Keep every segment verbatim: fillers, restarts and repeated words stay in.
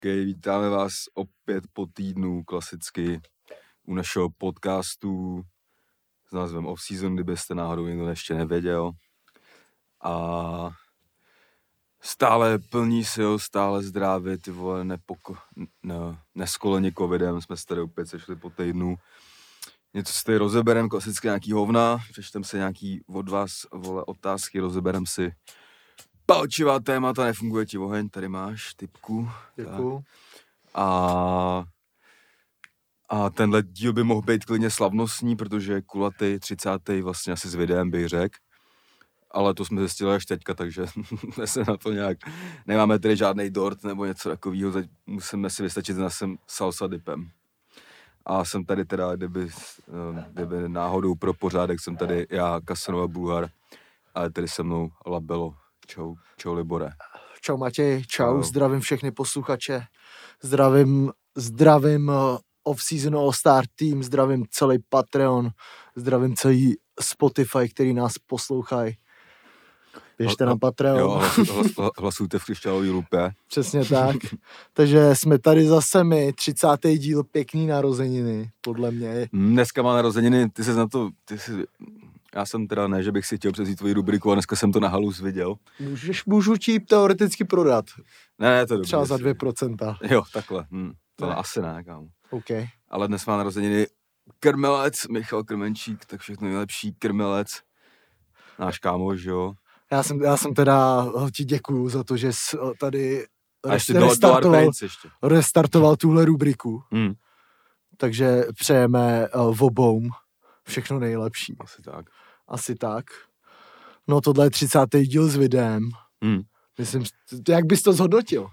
Okay, vítáme vás opět po týdnu klasicky u našeho podcastu s názvem Off-Season, kdybyste náhodou někdo ještě nevěděl. A stále plní sil, stále zdravě, ty vole, nepoko... ne, neskoleni covidem, jsme se tady opět sešli po týdnu. Něco si tady rozeberem, klasicky nějaký hovna, přečtem si nějaký od vás, vole, otázky, rozeberem si palčivá témata, nefunguje ti oheň, tady máš, typku. Děkuju. A, a tenhle díl by mohl být klidně slavnostní, protože je kulatý třicátý vlastně asi s videem, bych řekl. Ale to jsme zjistili až teďka, takže se na to nějak... Nemáme tady žádnej dort nebo něco takového, musíme si vystačit s naším salsa dipem. A jsem tady teda, kdyby, kdyby náhodou pro pořádek, jsem tady já, Kasanova Bulhar, ale tady se mnou Labelo. Čau, čau Libore. Čau Matěj, čau, Čau. Zdravím všechny posluchače, zdravím, zdravím uh, Off-Season All-Star Team, zdravím celý Patreon, zdravím celý Spotify, který nás poslouchají. Běžte na Patreon. Jo, hlas, hlasujte v křišťálový lupě. Přesně tak. Takže jsme tady zase my, třicátý díl, pěkný narozeniny, podle mě. Dneska má narozeniny, ty jsi na to, ty jsi, já jsem teda ne, že bych si chtěl převzít tvoji rubriku, a dneska jsem to na halus viděl. Můžeš, můžu ti teoreticky prodat. Ne, ne, to je dobrý. Třeba za dvě procenta. Jo, takhle. Hm, to Ne. asi ne, kámo. OK. Ale dnes má narozeniny Krmelec, Michal Krmenčík, tak všechno nejlepší, Krmelec. Náš kámoš, jo. Já jsem, já jsem teda ti děkuju za to, že jsi tady A ještě res- do, do restartoval, Arpaints ještě. restartoval tuhle rubriku. Hm, Takže přejeme uh, obou všechno nejlepší. asi tak. Asi tak. No tohle je třicátý díl s videem. Hm. Myslím, jak bys to zhodnotil?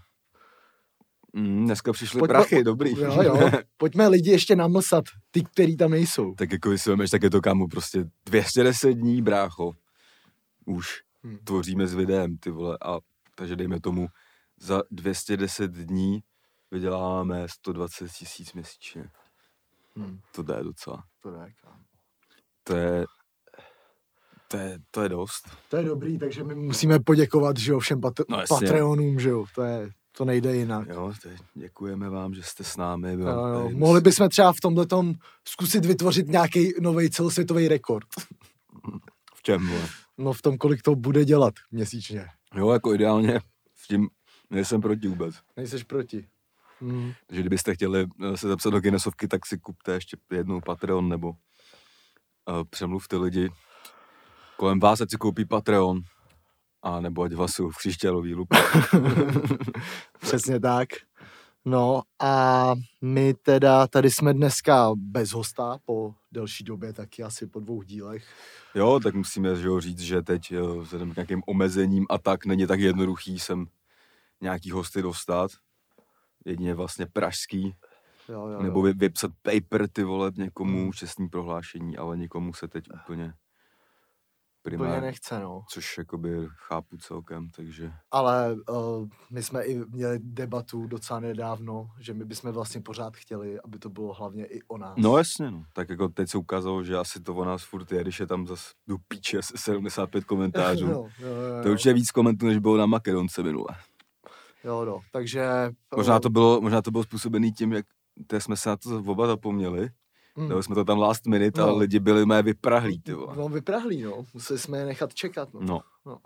Hm, dneska přišly Pojďme- prachy, dobrý. Jo, jo. Pojďme lidi ještě namlsat, ty, který tam nejsou. Tak jako když si vemeš, tak je to, kámo, prostě dvě stě deset dní, brácho. Už Hmm. tvoříme s videem, ty vole, a takže dejme tomu, za dvě stě deset dní vyděláváme sto dvacet tisíc měsíčně. Hmm. To jde docela. To, je, kámo. To je, to je, to je dost. To je dobrý, takže my musíme poděkovat, že jo, všem pat- No jasně. Patreonům, že jo, to je, to nejde jinak. Jo, teď děkujeme vám, že jste s námi. Byl, Jo, jo. tady- Mohli bychom třeba v tomhletom zkusit vytvořit nějaký nový celosvětový rekord. V čem, vole? No v tom, kolik to bude dělat měsíčně. Jo, jako ideálně, s tím nejsem proti vůbec. Nejseš proti. Hmm. Takže kdybyste chtěli eh, se zapsat do Guinnessovky, tak si kupte ještě jednou Patreon, nebo uh, přemluvte lidi kolem vás, ať si koupí Patreon, a nebo ať hlasují v křišťálový lupě. Přesně tak. No a my teda tady jsme dneska bez hosta po delší době, taky asi po dvou dílech. Jo, tak musíme že jo, říct, že teď jo, vzhledem k nějakým omezením a tak není tak jednoduchý sem nějaký hosty dostat. Jedině vlastně pražský, Jo, jo, nebo jo. vy, vypsat paper, ty vole, někomu čestný prohlášení, ale nikomu se teď úplně Úplně primárně, nechce, no. což jakoby chápu celkem, takže... Ale uh, my jsme i měli debatu docela nedávno, že my bychom vlastně pořád chtěli, aby to bylo hlavně i o nás. No jasně, no. Tak jako teď se ukázalo, že asi to o nás furt je, když je tam zase do píče sedmdesát pět komentářů. jo, jo, jo, jo. To je určitě víc komentů, než bylo na Makedonce minule. Jo, no, takže... Možná to bylo, možná to bylo způsobený tím, jak teď jsme se na to oba zapomněli. Hmm. Dali jsme to tam last minute, No. ale lidi byli mé vyprahlí, ty vole. No, vyprahlí, no. Museli jsme je nechat čekat, no. No. no.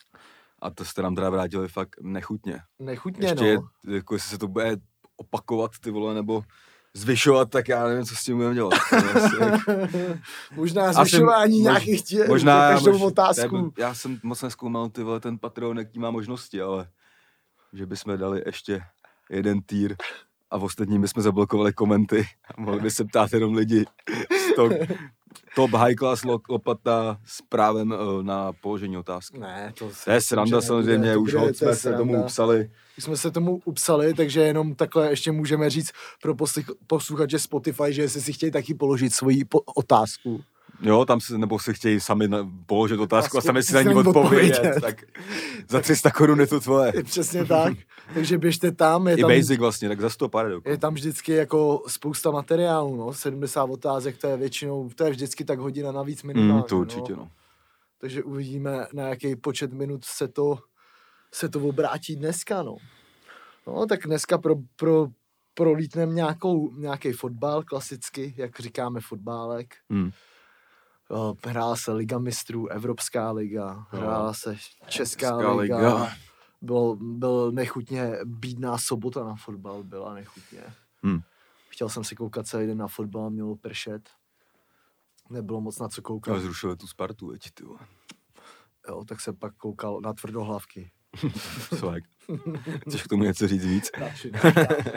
A to jste nám teda vrátili fakt nechutně. Nechutně, Ještě, no. jako jestli se to bude opakovat, ty vole, nebo zvyšovat, tak já nevím, co s tím budeme dělat. To je asi jako- Možná Asi zvyšování mož- nějakých tě, možná, každou mož- otázku. to je- Já jsem moc nezkoumal, ty vole, ten Patreon, jaký má možnosti, ale že bychom dali ještě jeden tier a v ostatním bychom zablokovali komenty a mohli by se ptát jenom lidi z to, top high class lo- lopata s právem uh, na položení otázky. Ne, to, To je sranda samozřejmě, už ho hod jsme se tomu upsali. Už jsme se tomu upsali, takže jenom takhle ještě můžeme říct pro poslich- posluchače Spotify, že jestli si chtějí taky položit svoji po- otázku. Jo, tam si, nebo si chtějí sami na, položit otázku a Otázku, sami si na ní si na ní odpovědět, odpovědět. tak za tři sta korun je to tvoje. Přesně tak, takže běžte tam. Je I tam basic vlastně, tak za sto pár je tam vždycky jako spousta materiálu, no, sedmdesát otázek, to je většinou, to je vždycky tak hodina navíc minimálně, Mm, to určitě, no. no. Takže uvidíme, na jaký počet minut se to, se to obrátí dneska, no. No, tak dneska pro, pro, prolítneme nějakou, nějaký fotbal klasicky, jak říkáme fotbálek. Hmm. Hrála se Liga mistrů, Evropská liga, hrála se Česká, Česká liga. liga. Byl, byl nechutně bídná sobota na fotbal, byla nechutně. Hmm. Chtěl jsem si koukat celý den na fotbal, mělo pršet. Nebylo moc na co koukat. Ale zrušili tu Spartu, veď, ty vole. Jo, tak jsem pak koukal na tvrdohlavky. Swag. Chceš k tomu něco říct víc? Radši ne.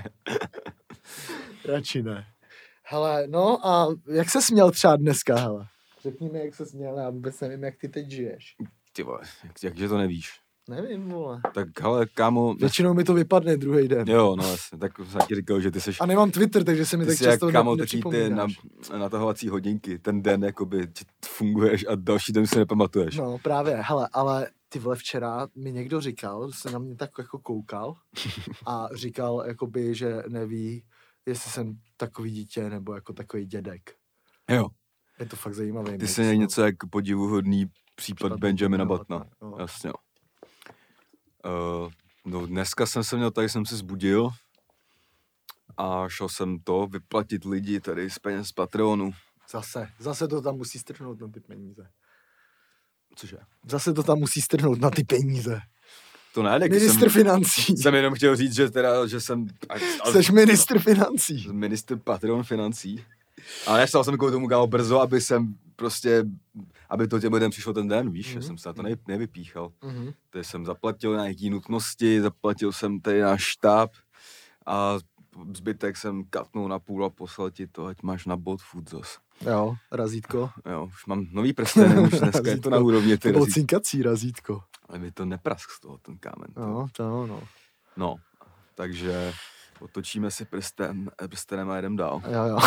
Radši ne. Hele, no a jak se směl třeba dneska, hele? Řekni mi, jak se směl, já vůbec nevím, jak ty teď žiješ. Ty vole, jak, jakže to nevíš? Nevím, vole. Tak hele, kámo... Většinou mi to vypadne druhý den. Jo, no jasně, tak jsem ti říkal, že ty seš... A nemám Twitter, takže se mi Ty tak jsi jak, často kámo, ne, taky ty na, natahovací hodinky. Ten den, jakoby, ti funguješ a další den si nepamatuješ. No právě, hele, ale ty vole včera mi někdo říkal, se na mě tak jako koukal a říkal, jakoby, že neví, jestli jsem takový dítě nebo jako takový dědek. Jo. Je to fakt zajímavý. Ty mix, jsi no. něco jak podivuhodný případ, případ Benjamina Buttona. No. Jasně, jo. Uh, no dneska jsem se měl, tady jsem se zbudil a šel jsem to vyplatit lidi tady z peněz z Patreonu. Zase, zase to tam musí strhnout na ty peníze. Cože? Zase to tam musí strhnout na ty peníze. To ne, tak Ministr jsem, financí. jsem jenom chtěl říct, že teda, že jsem... Jsi ministr financí. Ministr Patreon financí. Ale nechtěl jsem kvůli tomu kámo brzo, aby jsem prostě, aby to těm lidem přišlo ten den, víš, mm-hmm. že jsem se na to ne, nevypíchal. Mm-hmm. Takže jsem zaplatil nějaký nutnosti, zaplatil jsem tady náš štáb a zbytek jsem katnul na půl a poslal ti to, ať máš na bot food zas. Jo, razítko. Jo, už mám nový prsteny, už dneska je to na úrovni. To bylo cinkací razítko. Ale mi to neprask z toho, ten kámen. No, to no. No, takže otočíme si prstem, prstenem a jedem dál. Jo, jo.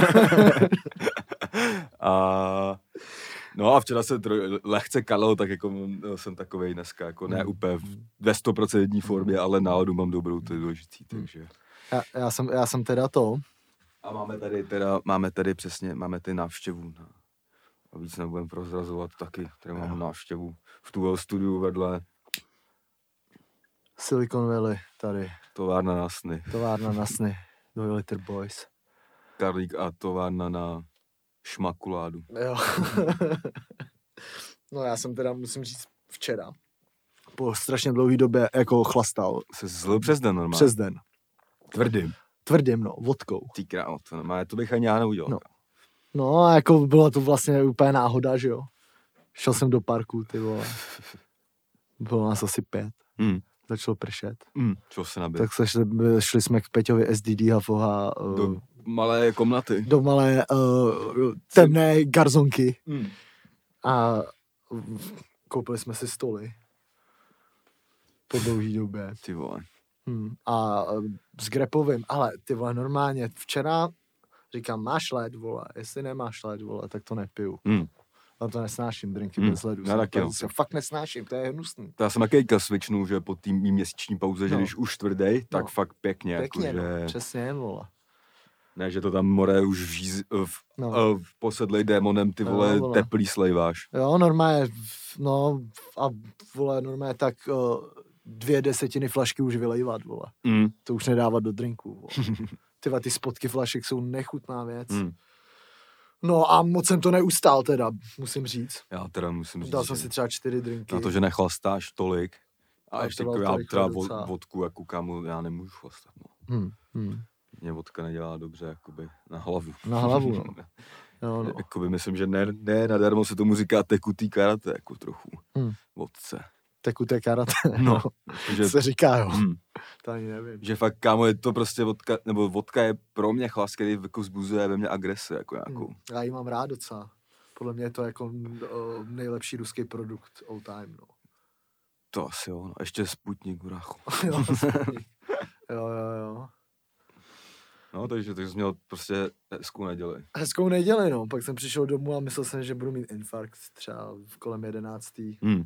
a, no a včera se troj, lehce kalil, tak jako jsem takovej dneska, jako ne úplně ve stoprocentní formě, ale náladu mám dobrou, to je důležitý, takže. Já, já, jsem, já jsem teda to. A máme tady teda, máme tady přesně, máme ty návštěvu. Na, a víc nebudem prozrazovat taky, tady mám návštěvu v tu studiu vedle. Silicon Valley, tady. Továrna na sny. Továrna na sny. Do Liter Boys. Karlík a továrna na šmakuládu. Jo. No já jsem teda, musím říct, včera po strašně dlouhé době jako chlastal. Se zlil přes den normálně? Přes den. Tvrdým? Tvrdým, no, vodkou. Ty krávo, to normálně, to bych ani já neudělal. No. No a jako bylo to vlastně úplně náhoda, že jo. Šel jsem do parku, ty vole. Bylo nás asi pět. Hmm. Začalo pršet. Hmm. Čo se nabít? Tak se šli, šli jsme k Peťovi S D D Hafoha. Uh, do malé komnaty. Do malé uh, temné garzonky. Hmm. A koupili jsme si stoly. Po dlouhý době. Ty vole. Hmm. A uh, s Grepovým, ale ty vole, normálně včera říkám, máš led, vole, jestli nemáš led, vole, tak to nepiju. Hmm. Ale to nesnáším, drinky hmm. bez ledu. Já taky, jo. To fakt nesnáším, to je hnusný. To já jsem takejka switchnu, že po tým mý měsíční pauze, no. že když už tvrdej, tak no. fakt pěkně. Pěkně, jako, no, že... přesně, vole. Ne, že to tam more už žíz, v, no. v posedlej démonem, ty vole, no, teplý slejváš. Jo, normálně, no a vole, normálně tak uh, dvě desetiny flašky už vylejvat, vole. Mm. To už nedávat do drinku, vole. Tyva, ty spotky flašek jsou nechutná věc. Mm. No a moc jsem to neustál teda, musím říct. Já teda musím říct, dal jsem si třeba čtyři drinky. Na to, že nechlastáš tolik. A, a ještě jako já třeba docela. vodku, jako kámo, já nemůžu chlastat, no. Hmm, hmm. Mě vodka nedělá dobře, jakoby, na hlavu. Na hlavu, no. Jo, no. Jakoby myslím, že ne, ne nadarmo se tomu říká tekutý karate, jako trochu. Hmm. Vodce. Tekuté karate, no. Že, se říká, jo. Hmm. To ani nevím. Že fakt, kámo, je to prostě vodka, nebo vodka je pro mě chlast, který jako vzbuzuje ve mně agresi, jako nějakou. Hmm. Já ji mám rád docela. Podle mě je to jako uh, nejlepší ruský produkt all time, no. To asi jo, no. Ještě Sputnik, brácho. jo, Sputnik. jo, jo, jo. No, takže, takže jsi měl prostě hezkou neděli. Hezkou neděli, no. Pak jsem přišel domů a myslel jsem, že budu mít infarkt třeba v kolem jedenáctý. Hmm.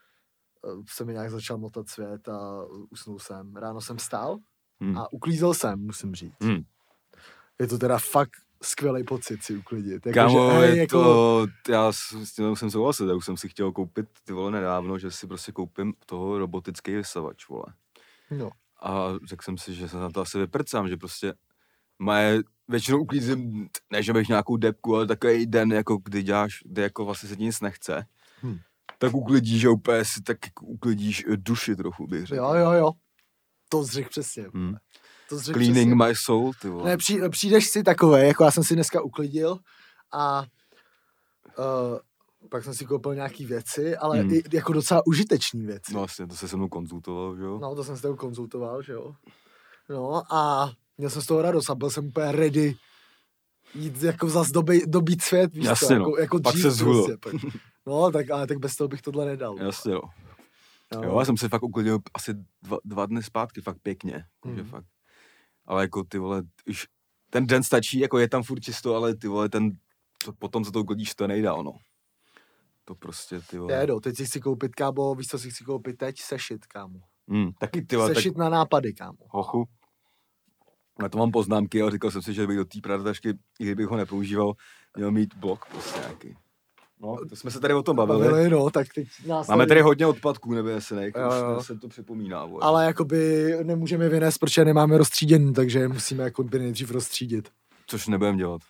Se mi nějak začal motat svět a usnul jsem. Ráno jsem stál hmm. a uklízel jsem, musím říct. Hmm. Je to teda fakt skvělý pocit si uklidit. Jako, Kámo, že, hej, je jako... to, já s tím musím souhlasit, já už jsem si chtěl koupit ty vole nedávno, že si prostě koupím toho robotický vysavač, vole. No. A řekl jsem si, že se na to asi vyprcám, že prostě moje, většinou uklízím, ne že bych nějakou depku, ale takový den, jako kdy děláš, kdy jako vlastně se ti nic nechce, hmm. tak uklidíš, že úplně si tak jako uklidíš duši trochu, bych řekl. Jo, jo, jo. To jsi řekl přesně. Hmm. To jsi řekl Cleaning přesně. my soul, ty vole. Ne, při, přijdeš si takové, jako já jsem si dneska uklidil a uh, pak jsem si koupil nějaký věci, ale hmm. i, jako docela užitečný věci. No vlastně, to se se mnou konzultoval, že jo? No, to jsem s tebou konzultoval, že jo. No a měl jsem z toho radost a byl jsem úplně ready jít jako zas doby, dobít svět, víš jasně, co, no. jako, jako pak dřív se zhulo. Prostě, no, tak, ale tak bez toho bych tohle nedal. Jasně, no. Jo, jo já jsem si fakt uklidil asi dva, dva dny zpátky, fakt pěkně, hmm. že fakt. Ale jako ty vole, už ten den stačí, jako je tam furt čisto, ale ty vole, ten, to, potom co to uklidíš, to nejde, ono. To prostě, ty vole. Jedo, teď si chci koupit, kámo, víš co si chci koupit teď? Sešit, kámo. Hmm, taky ty vole. Sešit tak... na nápady, kámo. Hochu. Na to mám poznámky, ale říkal jsem si, že bych do té prádatašky, i kdybych ho nepoužíval, měl mít blok prostě nějaký. No, to jsme se tady o tom bavili. bavili no, tak teď nás máme tady hodně odpadků nevynesených, už se to připomíná. Vole. Ale jakoby nemůžeme vynést, protože nemáme rozstříděný, takže musíme jako by nejdřív rozstřídit. Což nebudeme dělat.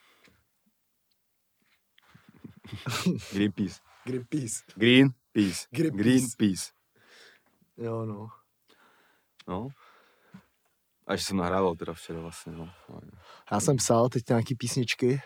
Greenpeace. Greenpeace. Greenpeace. Greenpeace. Greenpeace. Jo, no. No. Až jsem nahrával teda včera vlastně, no. Já jsem psal teď nějaký písničky.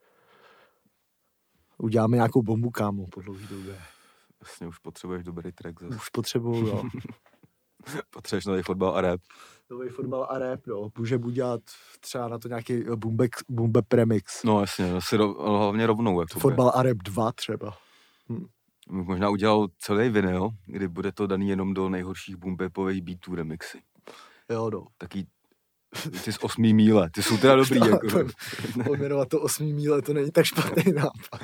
Uděláme nějakou bombu, kámo, po dlouhý době. Jasně, už potřebuješ dobrý track zase. Už potřebuju, jo. Potřebuješ nový fotbal a rap. Nový fotbal a rap, no. Můžeme udělat třeba na to nějaký boombe premix. No jasně, asi ro, hlavně rovnou. Jako fotbal a rap dva třeba. Hm. Možná udělal celý vinyl, kdy bude to daný jenom do nejhorších boombepových beatů remixy. Jo, no. Taký ty z osmý míle, ty jsou teda dobrý. Jako. Pojmenovat to osmý míle, to není tak špatný nápad.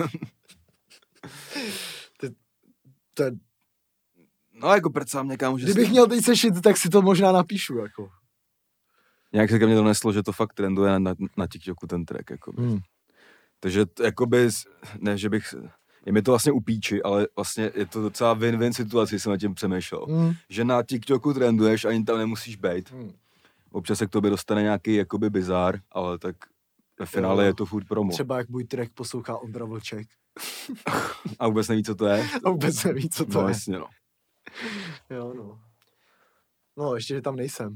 to, to je... No jako prcám někam, že... Kdybych jsi... měl teď sešit, tak si to možná napíšu, jako. Nějak se ke mně to neslo, že to fakt trenduje na, na TikToku ten track, jako. Hmm. Takže jakoby, ne, že bych... Je mi to vlastně u píči, ale vlastně je to docela win-win situace, jsem na tím přemýšlel. Hmm. Že na TikToku trenduješ, ani tam nemusíš bejt. Hmm. Občas se k tobě dostane nějaký jakoby bizár, ale tak ve finále jo. Je to furt promo. Třeba jak můj track poslouchá Ondra Vlček. A vůbec neví, co to je. A vůbec neví, co to no, je. Jasně, no. Jo, no. No, ještě, že tam nejsem.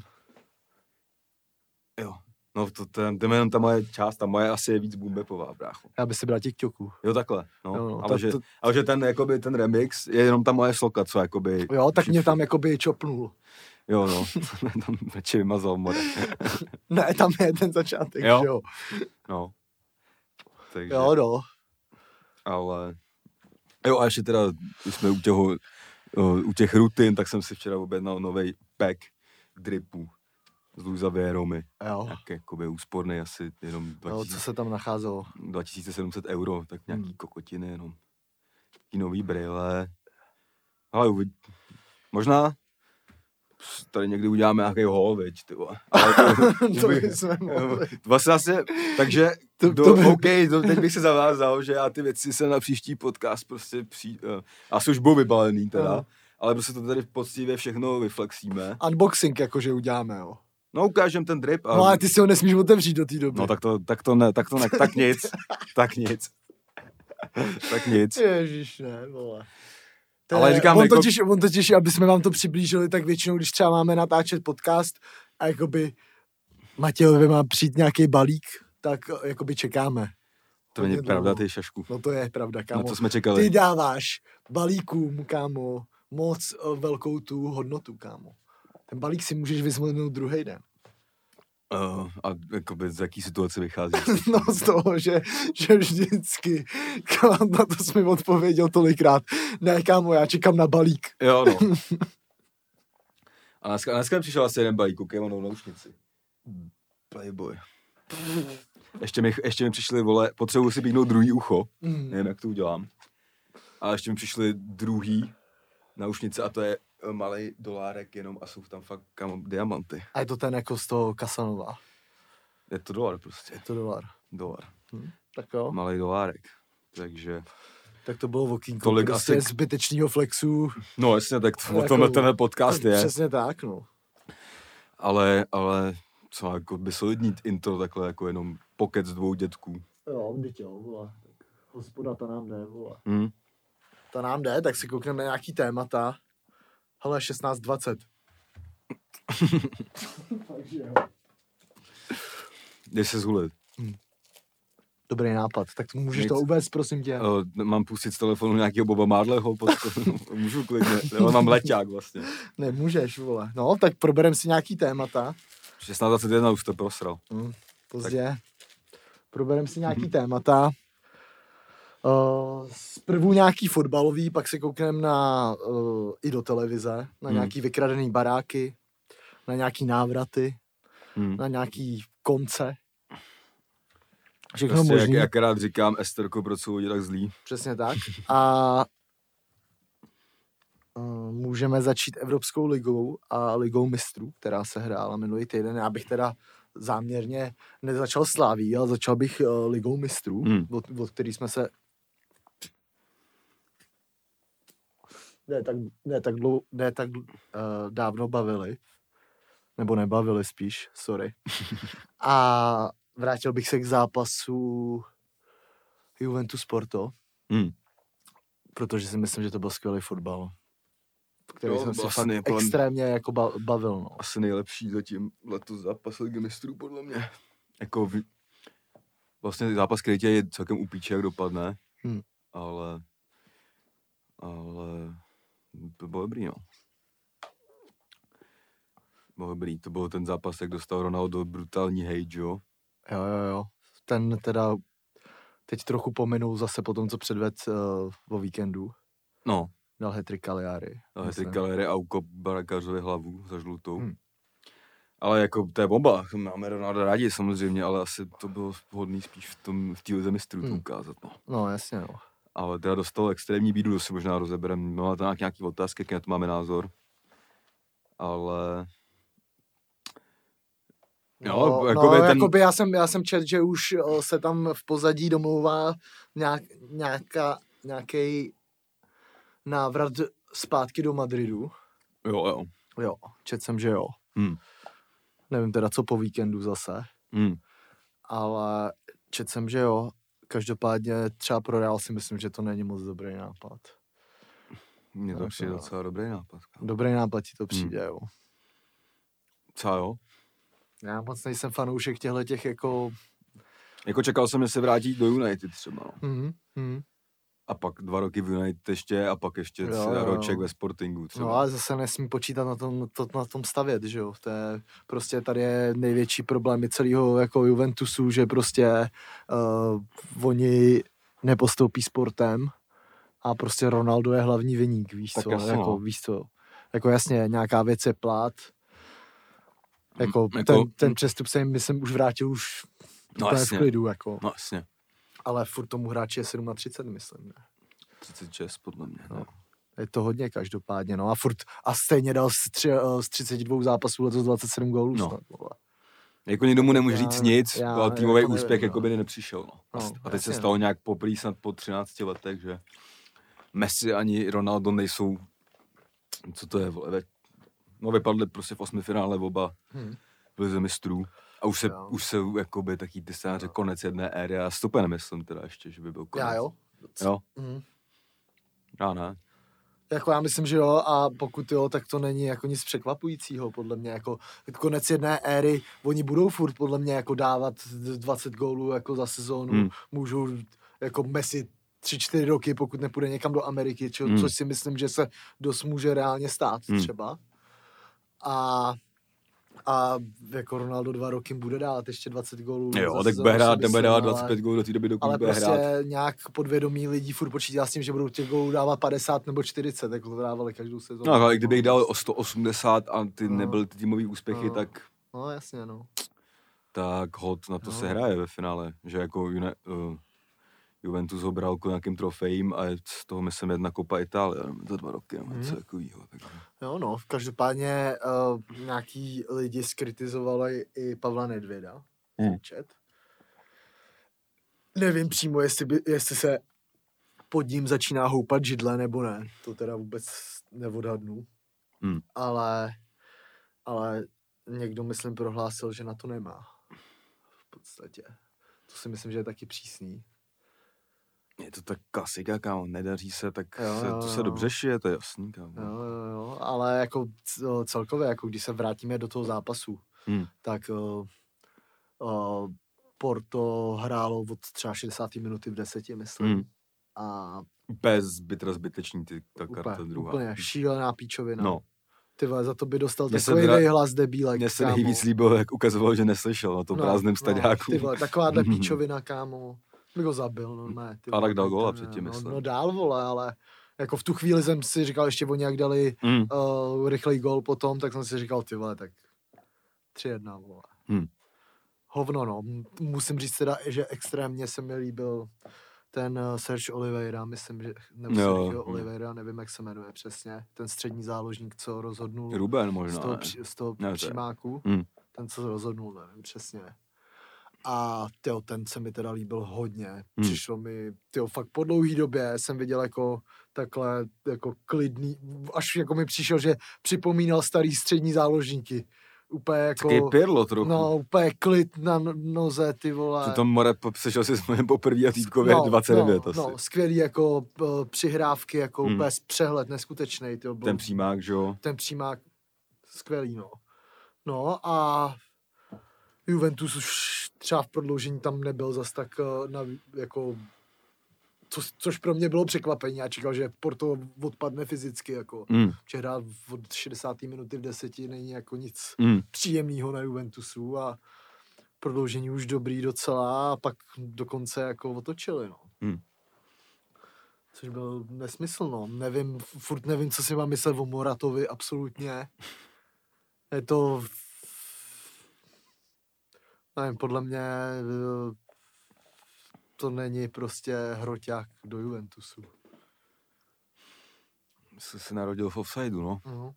Jo. No, to, to, to je jenom ta moje část, ta moje asi je víc boombepová, brácho. Já bych si bral TikToku. Jo, takhle, no. Jo, no ale, to, že, to... ale že ten, jakoby, ten remix je jenom ta moje sloka, co jakoby... Jo, tak mě tam jakoby čopnul. Jo, no, tam radši vymazal more. Ne, tam je ten začátek, jo. jo. No. Takže, jo, no. Ale... Jo, a ještě teda, když jsme u, těho, u těch rutin, tak jsem si včera objednal novej pack dripů z Luisa Romy. Jo. Tak jakoby úsporný, asi jenom dva tisíce... Jo, co se tam nacházelo? dva tisíce sedm set euro, tak nějaký hmm. kokotiny jenom. Taký nový brýle. Ale uvid... možná tady někdy uděláme nějaký haul, viď, ty vole. To bychom mohli. Vlastně asi, takže, to, do, to by... OK, do, teď bych se zavázal, že já ty věci se na příští podcast prostě při... Uh, asi už budou vybalený teda, no. Ale prostě to tady poctivě všechno vyflexíme. Unboxing jakože uděláme, jo. No, ukážem ten drip. A... No a ty si ho nesmíš otevřít do té doby. No tak to, tak to ne, tak to ne, tak nic, tak nic. Tak nic. Ježiš, ne, vole. To ale je, říkám, on, jako... totiž, on totiž, aby jsme vám to přiblížili, tak většinou, když třeba máme natáčet podcast a jakoby Matějovi má přijít nějaký balík, tak jakoby čekáme. To není pravda, ty šašku. No to je pravda, kámo. No to jsme čekali. Ty dáváš balíkům, kámo, moc velkou tu hodnotu, kámo. Ten balík si můžeš vyzvednout druhý den. Uh, a jakoby z jaký situace vychází? No z toho, že, že vždycky, na to jsi mi odpověděl tolikrát, ne kámo, já čekám na balík. Jo, no. A dneska, dneska mi přišel asi jeden balík, koukej, mám naušnici. Playboy. Ještě mi, ještě mi přišli, vole, potřebuji si píknout druhý ucho, mm. nevím, jak to udělám. A ještě mi přišli druhý naušnice a to je malej dolárek jenom a jsou tam fakt kam diamanty. A je to ten jako z toho Casanova? Je to dolar prostě. Je to dolar. Dolar. Hm, tak jo. Malej dolárek. Takže... Tak to bylo okýnko tolik prostě asi... zbytečného flexu. No jasně, tak to, o tomhle tenhle podcast je. Přesně tak, no. Ale, ale co, jako by solidní intro takhle, jako jenom pokec dvou dětků. Jo, vždyť jo, vole. Hospoda, ta nám jde, vole. Hmm. Ta nám jde, tak si koukneme na nějaký témata. Hele, šestnáct dvacet. Takže jo. Jdeš se zhulit. Hmm. Dobrý nápad, tak to můžeš Nechci. to uvést, prosím tě. Uh, mám pustit z telefonu nějakého Boba Marleyho, můžu klidně, ale mám leťák vlastně. Nemůžeš, vole. No, tak proberem si nějaký témata. šestnáct dvacet jedna už to prosral. Hmm, pozdě. Tak. Proberem si nějaký mm-hmm. témata. Uh, zprvu nějaký fotbalový, pak se koukneme na, uh, i do televize, na hmm. nějaký vykradený baráky, na nějaký návraty, hmm. na nějaký konce. Všechno prostě možný. Jak, jak rád říkám, Esterko, proč jsou lidi tak zlí. Přesně tak. A uh, můžeme začít Evropskou ligou a ligou mistrů, která se hrála minulý týden. Já bych teda záměrně nezačal Slaví, ale začal bych uh, ligou mistrů, hmm. od, od který jsme se ne tak, ne tak, dlou, ne tak uh, dávno bavili. Nebo nebavili spíš, sorry. A vrátil bych se k zápasu Juventus Porto, hmm. protože si myslím, že to byl skvělý fotbal, který jo, jsem si fakt nej, extrémně jako bavil. No. Asi nejlepší zatím letos zápas Ligy mistrů, podle mě. Jako v, vlastně zápas, který tě je celkem upíče, jak dopadne, hmm. ale ale to bylo dobrý, no. Bylo dobrý, to byl ten zápas, jak dostal Ronaldo brutální hejt, jo? Jo, jo, jo. Ten teda teď trochu pominul zase po tom, co předved uh, o víkendu. No. Dal hat-trick Cagliari. Dal hat-trick Cagliari a ukop Barakařovi hlavu za žlutou. Hmm. Ale jako to je bomba, máme Ronaldo rádi samozřejmě, ale asi to bylo vhodný spíš v tom, v té lize mistrů hmm. to ukázat, no. No, jasně, no. Ale teda dostal extrémní bídu, to si možná rozebereme. No a to nějaký otázky, jaký na to máme názor. Ale... Jo, no, jakoby, no, ten... jakoby já jsem, já jsem čet, že už se tam v pozadí domlouvá nějak, nějaká, nějaký návrat zpátky do Madridu. Jo, jo. Jo, čet jsem, že jo. Hmm. Nevím teda, co po víkendu zase. Hmm. Ale čet jsem, že jo. Každopádně třeba pro Real si myslím, že to není moc dobrý nápad. Mně to přijde docela dobrý nápad. Dobrý nápad ti to přijde, hmm. jo. Co jo? Já moc nejsem fanoušek těchto těch jako... Jako čekal jsem, že se vrátí do United třeba, no. Mm-hmm. Mm. A pak dva roky v United ještě a pak ještě jo, roček ve Sportingu třeba. No ale zase nesmí počítat na tom, to, na tom stavět, že jo. To je, prostě tady je největší problém celého jako Juventusu, že prostě uh, oni nepostoupí sportem a prostě Ronaldo je hlavní viník, víš tak co, jasno, jako, víš co. Jako jasně, nějaká věc je plát. Jako, jako ten, ten přestup se jim, myslím, už vrátil už no v klidu, jako. No jasně. Ale furt tomu hráči je třicet sedm, myslím, ne? třicet šest, podle mě, no. Je to hodně každopádně, no a furt, a stejně dal z, tři, z třicet dva zápasů letos dvacet sedm gólů no. snad, vole. Jako někomu nemůžu říct já, nic, já, ale týmový jako úspěch jako by nepřišel, no. no a teď jasně, se stalo nějak poprvé snad po třinácti letech, že Messi ani Ronaldo nejsou, co to je, vole, no vypadli prostě v osmi finále oba hmm. v lize mistrů. A už se, no. už se jakoby taky ty scénáře no. konec jedné éry a stupně nemyslím teda ještě, že by byl konec. Já jo? Jo? Mm. Já ne. Jako já myslím, že jo, a pokud jo, tak to není jako nic překvapujícího, podle mě, jako konec jedné éry, oni budou furt podle mě jako dávat dvacet gólů jako za sezónu, mm. můžou jako Messi tři čtyři roky, pokud nepůjde někam do Ameriky, čo, mm. což si myslím, že se dost může reálně stát mm. třeba. A A jako Ronaldo dva roky bude dát ještě dvacet gólů. Jo, tak bude hrát, nebude dát dvacet pět gólů do té doby, dokud ale bude prostě hrát. Ale nějak podvědomí lidí furt počítá s tím, že budou těch gólů dávat padesát nebo čtyřicet, jako to dávali každou sezónu. No, ale kdybych dal o sto osmdesát a ty no. nebyly ty týmový úspěchy, no. tak... No, jasně, no. Tak hod na to no. se hraje ve finále, že jako uh, Juventus ho bral k nějakým trofejím a z toho myslím jedna Copa Itálie za dva roky, hmm. co takovýho. Tak... Jo no, každopádně uh, nějaký lidi skritizovali i Pavla Nedvěda. Hmm. Nevím přímo, jestli, by, jestli se pod ním začíná houpat židle nebo ne. To teda vůbec neodhadnu. Hmm. Ale, ale někdo, myslím, prohlásil, že na to nemá. V podstatě. To si myslím, že je taky přísný. Je to tak klasika, kámo, nedaří se, tak Jo, se, jo, to se jo. dobře šije, to je jasný, kámo. Jo, jo, jo, ale jako c- celkově, jako když se vrátíme do toho zápasu, Hmm. tak uh, uh, Porto hrálo od třeba šedesáté minuty v deseti, myslím. Hmm. A Bez zbyt rozbyteční ty, ta úplně, karta druhá. úplně šílená píčovina. No. Ty vole, za to by dostal Mně se takový vra- hlas debílek, Mně se kámo. nejvíc líbilo, jak ukazoval, že neslyšel na tom No, prázdném no, staďáku. ty vole, takováhle píčovina, kámo. Bych ho zabil, no ne. Ty A tak dal góla no, předtím, no, myslím. no dál, vole, ale jako v tu chvíli jsem si říkal, ještě oni jak dali Mm. uh, rychlej gól potom, tak jsem si říkal, ty vole, tak tři jedna, vole. Hmm. Hovno, no. M- Musím říct teda, že extrémně se mi líbil ten uh, Serge Oliveira, myslím, že, nebo Jo, Sergio jo. Oliveira, nevím, jak se jmenuje přesně, ten střední záložník, co rozhodnul Ruben z možná, toho, ne? při, z toho Ne, to je- přímáku, Hmm. ten, co rozhodnul, nevím přesně. A tyjo, ten se mi teda líbil hodně. Hmm. Přišlo mi, tyjo, fakt po dlouhý době jsem viděl jako takhle, jako klidný, až jako mi přišel, že připomínal starý střední záložníky. Úplně jako, Taky Pirlo trochu. no, úplně klid na no- noze, ty vole. To tam more, sešel si s mojem poprvé a týpkově dvacet devět no, asi. no, skvělý jako uh, přihrávky, jako Hmm. úplně přehled, neskutečnej. Tyjo, byl, Ten přímák, že jo? ten přímák, skvělý, no. No a Juventus už třeba v prodloužení tam nebyl zas tak uh, na, jako, co, což pro mě bylo překvapení. Já čekal, že Porto odpadne fyzicky, jako, Mm. že hrát od šedesáté minuty v deseti není jako nic Mm. příjemného na Juventusu a prodloužení už dobrý docela a pak dokonce jako otočili, no. Mm. Což byl nesmysl, no. Nevím, furt nevím, co si mám myslet o Moratovi, absolutně. Je to... Nevím, podle mě eh, to není prostě hroťák do Juventusu. Jsi se narodil v offsideu, no. No.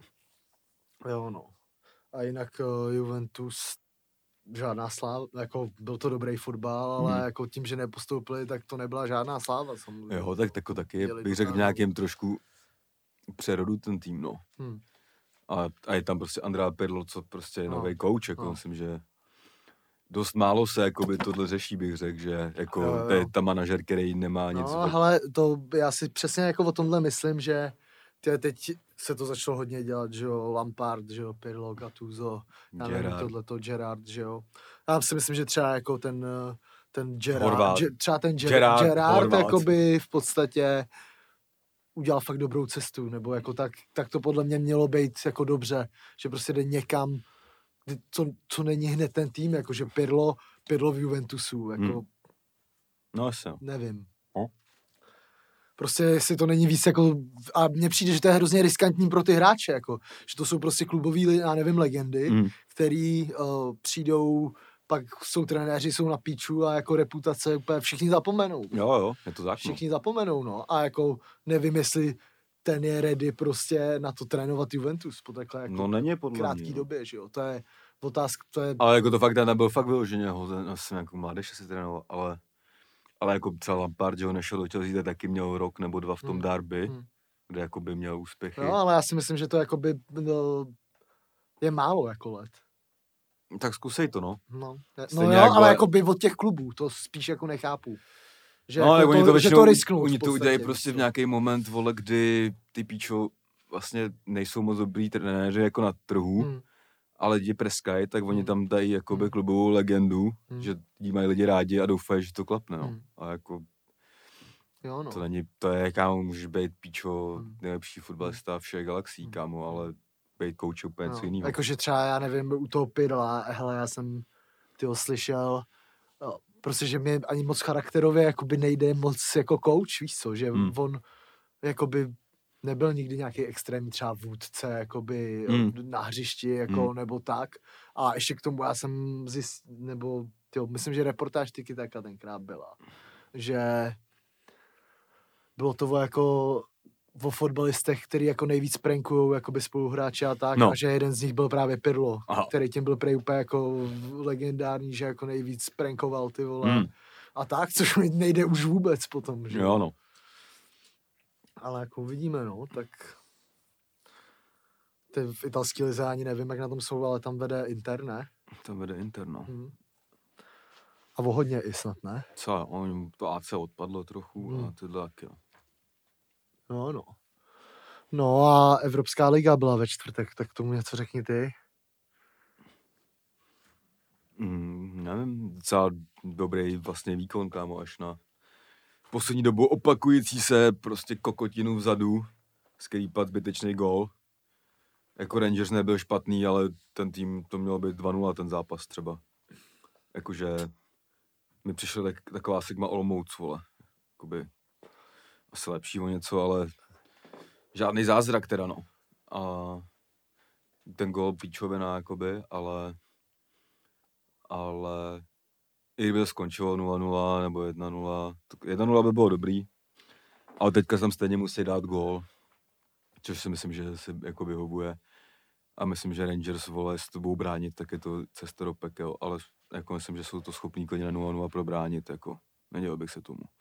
Jo, no. A jinak uh, Juventus žádná sláva, jako byl to dobrý fotbal, ale Mhm. jako tím, že nepostoupili, tak to nebyla žádná sláva. Samozřejmě. Jo, tak tako taky, je, Měli bych řekl, v dotáhnout. nějakém trošku přerodu ten tým, no. Hmm. A, a je tam prostě Andrea Pirlo, co prostě je No. nový coach, jako No. myslím, že dost málo se jakoby tohle řeší, bych řekl, že jako Jo, jo. to je ta manažer, který nemá nic. No, hele, to já si přesně jako o tomhle myslím, že tě, teď se to začalo hodně dělat, že jo, Lampard, že jo, Pirlo, Gattuso, já nevím, Gerrard. tohleto, Gerrard, že jo. Já si myslím, že třeba jako ten, eh, ten Gerrard, Horvát. že, třeba ten Ger, Gerrard, Gerrard, Horvát. jakoby v podstatě udělal fakt dobrou cestu, nebo jako tak, tak to podle mě mělo být jako dobře, že prostě jde někam, kdy- co, co není hned ten tým, jako že Pirlo, Pirlo v Juventusu, jako Hmm. No asi, nevím. No. Prostě jestli to není víc jako, a mně přijde, že to je hrozně riskantní pro ty hráče, jako, že to jsou prostě klubový, li- já nevím, legendy, Mm. který uh, přijdou, pak jsou trenéři, jsou na píču a jako reputace úplně všichni zapomenou. Jo, jo, je to tak, no. Všichni zapomenou, no. A jako nevím, jestli ten je ready prostě na to trénovat Juventus po takhle jako No není podle krátký mě. no. době, že jo. To je otázka, to je... Ale jako to fakt nebyl fakt vyloženě hozen, asi jako mládež si trénoval, ale, ale jako třeba Lampard, že ho nešel do Chelsea, taky měl rok nebo dva v tom Hmm. derby, Hmm. kde jako by měl úspěchy. No, ale já si myslím, že to jakoby no, je málo jako let. Tak zkusej to, no. No, no Stejně jo, jak ale vole- jako by od těch klubů, to spíš jako nechápu. Že, No, ale jako oni to že většinou, to risknou oni v to podstatě, udělají víš prostě co. v nějaký moment, vole, kdy ty píčo vlastně nejsou moc dobrý trenéři jako na trhu, Hmm. ale lidi preskají, tak oni Hmm. tam dají jakoby Hmm. klubovou legendu, Hmm. že jí mají lidi rádi a doufají, že to klapne, no. Hmm. A jako Jo, no. to není, to je, kámo, můžeš být píčo Hmm. nejlepší fotbalista všech galaxií, Hmm. kámo, ale být kouč je úplně něco No, jinýho. jakože třeba, já nevím, u toho Pirla, hele, já jsem tyho slyšel, no, prostě, že mi ani moc charakterově jakoby nejde moc jako coach, víš co, že Hmm. on jakoby nebyl nikdy nějaký extrémní třeba vůdce, jakoby Hmm. na hřišti, jako, Hmm. nebo tak. A ještě k tomu já jsem zjist, nebo tyjo, myslím, že reportáž Tiki Taka tenkrát byla, že bylo to jako o fotbalistech, který jako nejvíc prankujou jakoby spoluhráče a tak, No. a že jeden z nich byl právě Pirlo, Aha. který tím byl prej úplně jako legendární, že jako nejvíc prankoval ty vole. Hmm. A tak, což mi nejde už vůbec potom, že Jo, no. Ale jako uvidíme, no, tak Ty v italské lize ani nevím, jak na tom jsou, ale tam vede Inter, ne? Tam vede Inter, no. Hmm. A o hodně i snad, ne? Co, on, to A C odpadlo trochu hmm. a tyhle taky, no. No, no. No a Evropská liga byla ve čtvrtek, tak tomu něco řekni ty. Mm, nevím, docela dobrý vlastně výkon, kámo, až na poslední dobu opakující se prostě kokotinu vzadu, z který pad zbytečný gól. Jako Rangers nebyl špatný, ale ten tým, to mělo být dva nula ten zápas třeba. Jakože mi přišla tak, taková Sigma Olomouc, vole. Jakoby asi lepší o něco, ale žádný zázrak teda, no. A ten gól píčovina, jakoby, ale ale i kdyby to skončilo nula nula nebo jedna nula, jedna nula by bylo dobrý, ale teďka tam stejně musí dát gól, což si myslím, že se jako vyhovuje. A myslím, že Rangers, vole, s tobou bránit, tak je to cesta do pekel, ale jako myslím, že jsou to schopní klidně na nula nula probránit, jako nedělal bych se tomu.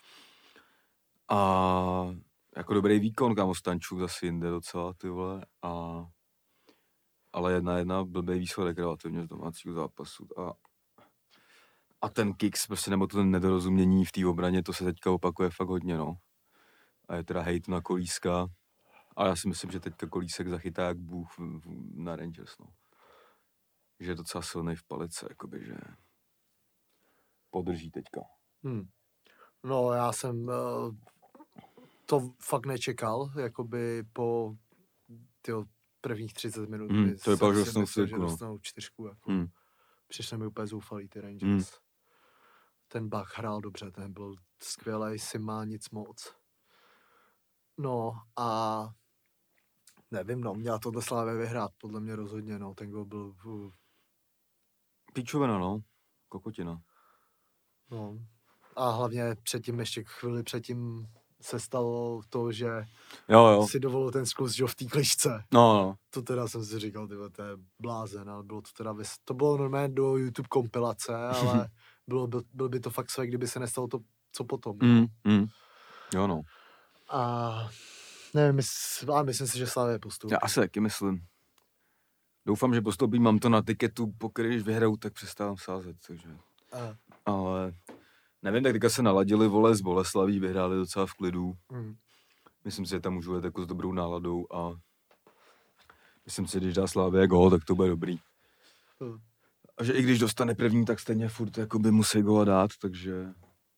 A jako dobrý výkon, kámo, Stančuk zase jinde docela, ty vole, a ale jedna jedna blbý výsledek relativně z domácího zápasu. A, a ten kicks, prostě, nebo to nedorozumění v té obraně, to se teďka opakuje fakt hodně, no. A je teda hejt na Kolíska. A já si myslím, že teďka Kolísek zachytá jak bůh na Rangers, no. Že je docela silnej v palice, jakoby, že podrží teďka. Hmm. No, já jsem uh, to fakt nečekal, jakoby po tyjo, prvních třicet minut. Hmm, to vypadalo, že dostanou čtyřku, no. dostanou čtyřku, jako. Hmm. Přišli mi úplně zoufalý ty Rangers. Hmm. Ten Bach hrál dobře, ten byl skvělej, si má nic moc. No a nevím, no, měla tohle Slávě vyhrát, podle mě rozhodně, no, ten gol byl... Uh... Píčovina, no, kokotina. No, a hlavně předtím, ještě chvíli předtím se stalo to, že jo, jo. si dovolil ten skluz, že v té kličce. No, no. To teda jsem si říkal, tyhle, to je blázen, ale bylo to teda, vys... to bylo normálně do YouTube kompilace, ale bylo, byl, byl by to fakt své, kdyby se nestalo to, co potom. Mm, mm. Jo, no. A nevím, mysl, ale myslím si, že Slavia postoupí. Já asi taky myslím. Doufám, že postoupí, mám to na tiketu, pokud když vyhraju, tak přestávám sázet, takže... A. Ale nevím, tak teďka se naladili, vole, z Boleslaví, vyhráli docela v klidu. Mm. Myslím si, že tam můžu jet jako s dobrou náladou a myslím si, že když dá Slavia gól, tak to bude dobrý. Mm. A že i když dostane první, tak stejně furt jakoby musí góla dát, takže...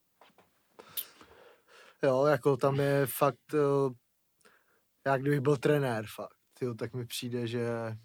Jo, jako tam je fakt, uh, já kdybych byl trenér fakt, tyjo, tak mi přijde, že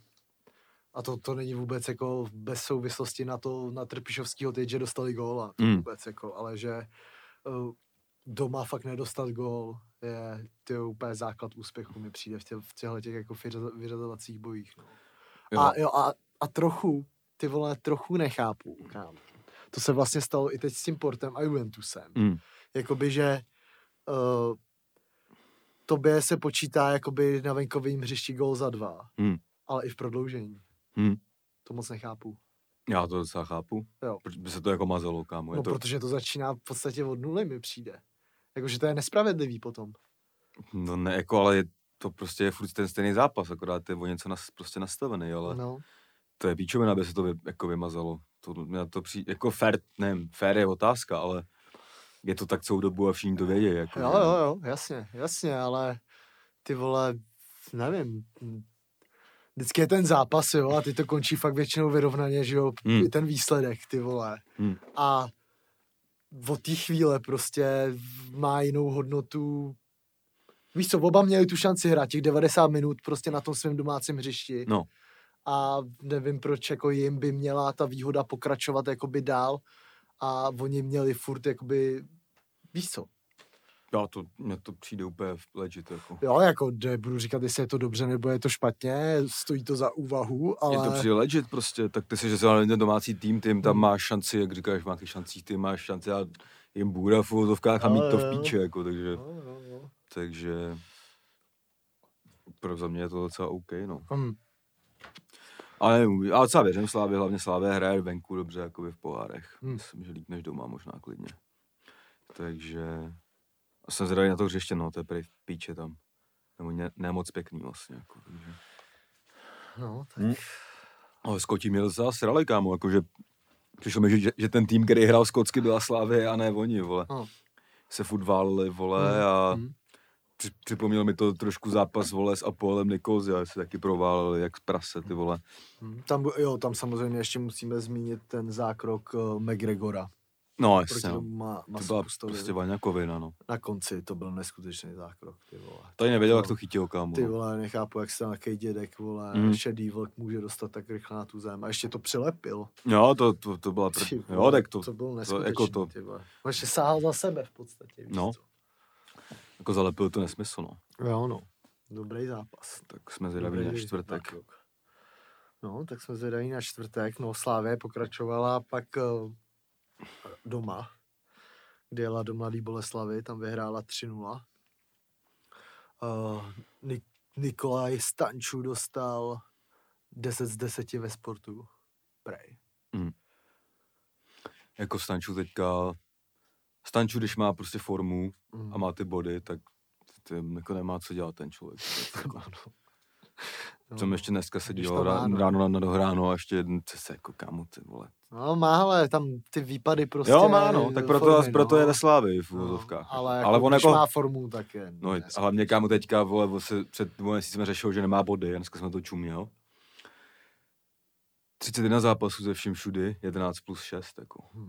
a to, to není vůbec jako bez souvislosti na to, na Trpišovskýho teď, že dostali góla, to mm. vůbec jako, ale že uh, doma fakt nedostat gól je tyjo, úplně základ úspěchu mi přijde v, tě, v těchto těch jako vyřazovacích bojích, no. Jo. A, jo, a, a trochu, ty vole, trochu nechápu, kámo. To se vlastně stalo i teď s tím Portem a Juventusem. Mm. Jakoby, že uh, tobě se počítá jakoby na venkovém hřišti gól za dva, mm. ale i v prodloužení. Mm. To moc nechápu. Já to docela chápu. Jo. Proč by se to jako mazalo, kámo? Je no, to... protože to začíná v podstatě od nuly, mi přijde. Jakože to je nespravedlivý potom. No ne, jako, ale je to prostě je furt ten stejný zápas, akorát je o něco nas, prostě nastavený, ale No. to je píčovina, aby se to vy, jako vymazalo. To, mě to přijde, jako fair, nevím, fair je otázka, ale je to tak celou dobu a všichni to vědí. Jako, jo, jo, jo, jasně, jasně, ale ty vole, nevím, vždycky je ten zápas, jo, a ty to končí fakt většinou vyrovnaně, že jo, hmm. i ten výsledek, ty vole. Hmm. A od té chvíle prostě má jinou hodnotu. Víš co, oba měli tu šanci hrát těch devadesát minut prostě na tom svém domácím hřišti. No. A nevím, proč jako jim by měla ta výhoda pokračovat jakoby dál a oni měli furt jakoby, víš co? Já to, mně to přijde úplně legit, jako. Jo, jako nebudu říkat, jestli je to dobře nebo je to špatně, stojí to za úvahu, ale... Je to přijde legit prostě, tak ty si, že jsi ten domácí tým, tým tam hmm. máš šanci, jak říkáš, máš šancí, ty máš šanci a jim bůra v úvodovkách a mít to v píče, jako, takže... No, no, no. Takže... Pro za mě je to docela OK, no. Hmm. Ale nevím, ale co věřím Slávě, hlavně Slávě hraje venku dobře, jakoby v pohárech. Hmm. Myslím, že líp než doma, možná klidně. Takže... A jsem zvědavý na to hřiště, no, to je prý v píče tam. Nebo ne, ne moc pěkný vlastně, jako, takže... No, tak... Hmm. Ale Skoti měl zase rally, kámo, jakože přišlo mi, že, že ten tým, který hrál skotsky, byla Slavie a ne oni, vole. No. Se furt váleli, vole, Hmm. a Hmm. při, připomněl mi to trošku zápas, vole, s Apolem Nikozia, se taky prováleli, jak z prase, ty vole. Hmm. Tam, jo, tam samozřejmě ještě musíme zmínit ten zákrok uh, McGregora. No, jasně, no. Má, to byla prostě vaňakovina, no. Na konci to byl neskutečný zákrok, ty vole. To nevěděl, jak to chytil, kámo. Ty vole, nechápu, jak se tam nějaký dědek, vole, mm. šedý vlk může dostat tak rychle na tu zem. A ještě to přilepil. Jo, to, to, to byla... Pr... Ty, jo, tak to... To bylo neskutečný, to, jako to... ty vole. On ještě sáhal za sebe v podstatě, víš no. co? Jako zalepil to nesmysl, no. Jo, no. Dobrý zápas. Tak jsme zvědaví na čtvrtek. Zákrok. No, tak jsme zvědaví na čtvrtek. No, Slávě pokračovala pak uh, doma. Kdy jela do Mladý Boleslavy, tam vyhrála tři nula. Uh, Nik- Nikolaj Stanču dostal deset z deseti ve sportu. Prej. Mm. Jako Stanču teďka... Stanču, když má prostě formu mm. a má ty body, tak tím jako nemá co dělat ten člověk. No. Jsem ještě dneska se dělal ráno, ráno na, na dohráno a ještě jeden se jako kámo, ty vole. No má, ale tam ty výpady prostě... Jo, má, no, tak proto, formy, proto no. je ve Slávii v úvozovkách. No, ale, ale jako, on když jako... má formu, tak je... No, a hlavně kámo teďka, vole, se před dvou měsíci jsme řešil, že nemá body, a dneska jsme to čuměl. třicet jedna zápasů ze vším všudy, jedenáct plus šest, jako. Hmm.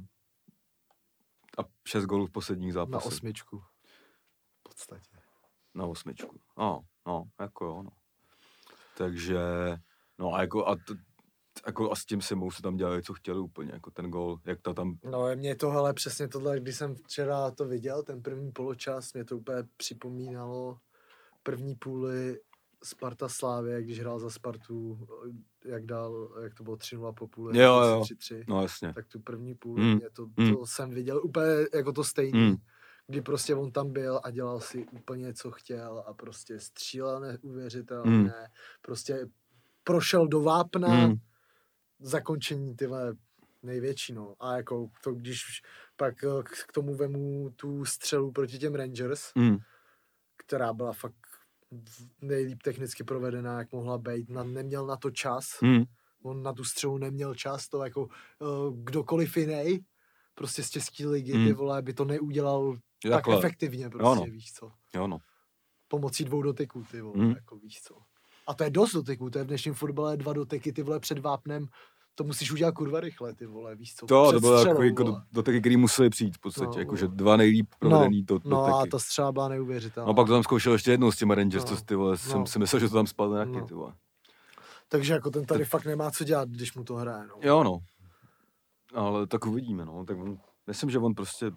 A šest gólů v posledních zápasech. Na osmičku. V podstatě. Na osmičku, no, no, jako jo, no. Takže, no a jako, a, t, jako, a s tím Simou se tam dělali, co chtěli úplně, jako ten gól, jak to tam... No, mě to, hele, přesně tohle, když jsem včera to viděl, ten první poločas, mě to úplně připomínalo první půli Sparta Slávě, když hrál za Spartu, jak dal, jak to bylo tři nula po půli, jo, jo. tři tři, no jasně. Tak tu první půli, mm. mě to, to mm. jsem viděl úplně jako to stejný. Mm. Kdy prostě on tam byl a dělal si úplně, co chtěl a prostě střílel neuvěřitelně, mm. prostě prošel do vápna, mm. zakončení tyhle největší, no. A jako to, když pak k tomu vemu tu střelu proti těm Rangers, mm. která byla fakt nejlíp technicky provedená, jak mohla být, na, neměl na to čas, mm. on na tu střelu neměl čas, to jako uh, kdokoliv jiný, prostě z české ligy, mm. ty vole, by to neudělal tak Takhle. efektivně prostě, jo no. víš co. Jo no. Pomocí dvou doteků, ty vole, mm. jako víš co. A to je dost doteků, to je v dnešním fotbale dva doteky, ty vole, před vápnem, to musíš udělat kurva rychle, ty vole, víš co. To, to bylo jako, jako doteky, který museli přijít v podstatě, no, jakože dva nejlíp provedený no, doteky. No a ta střela byla neuvěřitelná. No pak to tam zkoušel ještě jednou s těma Rangers, no, ty vole, no. jsem si myslel, že to tam spadne taky, no. ty vole. Takže jako ten tady fakt nemá co dělat, když mu to hraje, no. Jo no, ale tak uvidíme, no, tak on, myslím, že on prostě...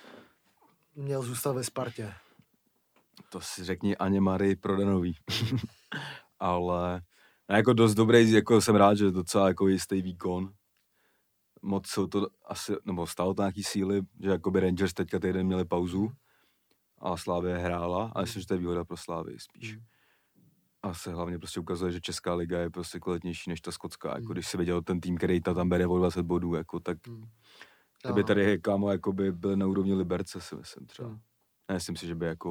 Měl zůstat ve Spartě. To si řekni Aně Marii Prodanový. Ale jako dost dobrý, jako jsem rád, že docela jako jistý výkon. Moc jsou to asi, nebo stalo to nějaký síly, že jakoby Rangers teďka týden měli pauzu a Slavie hrála a myslím, že to je výhoda pro Slavii spíš. Mm. A se hlavně prostě ukazuje, že Česká liga je prostě kvalitnější než ta skotská. Jako mm. když si viděl ten tým, který ta tam bere o dvacet bodů, jako tak mm. kdyby tady kámo jakoby byl na úrovni Liberce, si myslím třeba. Mm. Nemyslím si, že by jako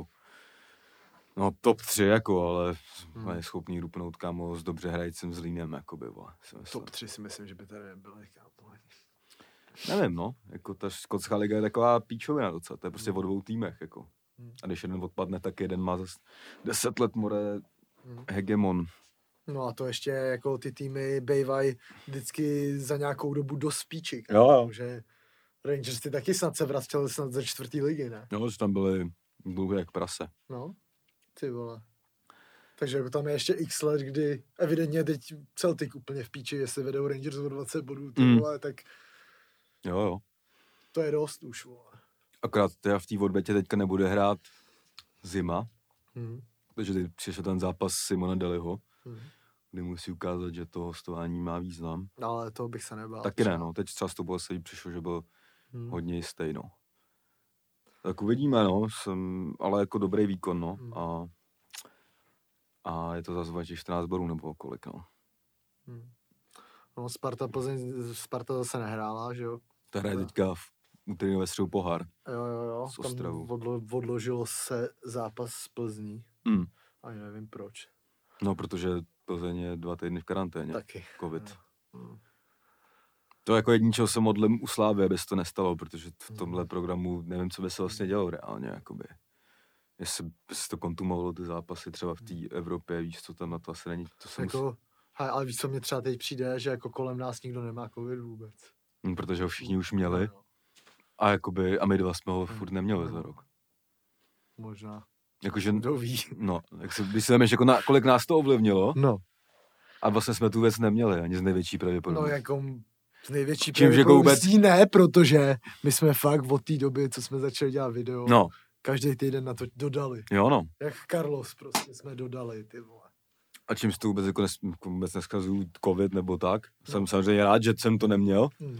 no top tři jako, ale hmm. je schopný rupnout kámo s dobře hrajícím Zlínem, jakoby, vole. Top tři si myslím, že by tady nebyly, kámo. Nevím, no, jako ta skotská liga je taková píčovina docela, to je prostě hmm. o dvou týmech, jako. Hmm. A když jeden odpadne, tak jeden má zase deset let more hmm. hegemon. No a to ještě jako ty týmy bejvají vždycky za nějakou dobu do spíči, kámo, jo, jo. Že Rangers ty taky snad se vraceli snad ze čtvrtý ligy, ne? No, že tam byly dlouhé jak prase. No. Ty vole. Takže jako tam je ještě x let, kdy evidentně teď Celtic úplně v píči, jestli vedou Rangers o dvacet bodů, ty mm. vole, tak jo, jo. To je dost už, vole. Akorát teda v té odbětě teďka nebude hrát Zima, mm. takže teď přišel ten zápas Simona Deliho, mm. kdy musí ukázat, že to hostování má význam. No, ale to bych se nebál. Taky ne, no. Teď třeba z toho bolestí přišel, že byl mm. hodně jistý, no. Tak uvidíme, no, jsem, ale jako dobrý výkon, no, hmm. a, a je to zase čtrnáct bodů nebo kolik, no. Hmm. No, Sparta Plzeň, Sparta zase nehrála, že jo? Ta hraje teďka v úterý ve středu pohár. Jo, jo, jo, tam odlo, odložilo se zápas z Plzní, hmm. ani nevím proč. No, protože Plzeň je dva týdny v karanténě. Taky. Covid. Hmm. To jako jediný, čeho se modlím u Slávy, aby se to nestalo, protože v tomhle programu nevím, co by se vlastně dělo reálně, jakoby. Jestli by se to kontumovalo ty zápasy třeba v té Evropě, víš, co tam na to asi není. To se Jako, musí... hej, ale víš, co mě třeba teď přijde, že jako kolem nás nikdo nemá covid vůbec. Hm, protože ho všichni už měli. No, A jakoby, a my dva jsme ho furt neměli za rok. možná. Jakože, Kdo ví. no, jak se, když si vemeš, jako na, kolik nás to ovlivnilo, No. a vlastně jsme tu věc neměli, ani z největší pravděpodobností. No jako z největší Čímž jako vůbec... ne, protože my jsme fakt od té doby, co jsme začali dělat video, No. každý týden na to dodali. Jo, no. Jak Carlos prostě jsme dodali, ty vole. A čímž to vůbec, jako nes, vůbec neskazuju covid nebo tak. No. Jsem samozřejmě rád, že jsem to neměl, Hmm.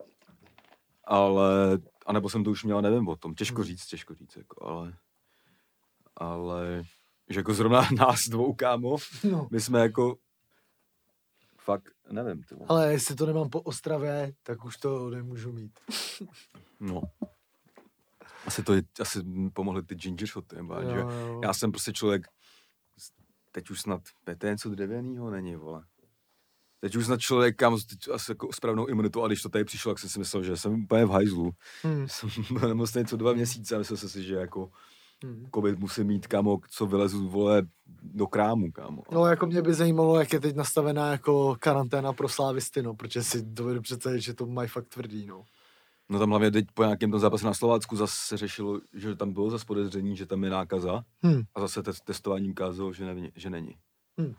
ale, anebo jsem to už měl, nevím o tom. Těžko Hmm. říct, těžko říct, jako, ale, ale, že jako zrovna nás dvou, kámo, No. my jsme jako, fakt, nevím, ty vole. Ale jestli to nemám po Ostravě, tak už to nemůžu mít. No. Asi to, je- asi pomohly ty ginger shoty, nebo, Jo, že jo. já jsem prostě člověk, teď už snad, to je něco drevěnýho, není, vole. Teď už snad člověk, kam teď asi jako správnou imunitu, a když to tady přišlo, tak jsem si myslel, že jsem úplně v hajzlu. Hmm. Jsem byl nemocný co dva měsíce a myslel jsem si, že jako Hmm. covid musím mít, kámo, co vylezu, vole, do krámu, kámo. No jako mě by zajímalo, jak je teď nastavená jako karanténa pro slávisty, no, protože si dovedu představit, že to mají fakt tvrdý, no. No tam hlavně teď po nějakém tom zápase na Slovácku zase se řešilo, že tam bylo zase podezření, že tam je nákaza Hmm. a zase te- testováním ukázalo, že, neví, že není. Hmm.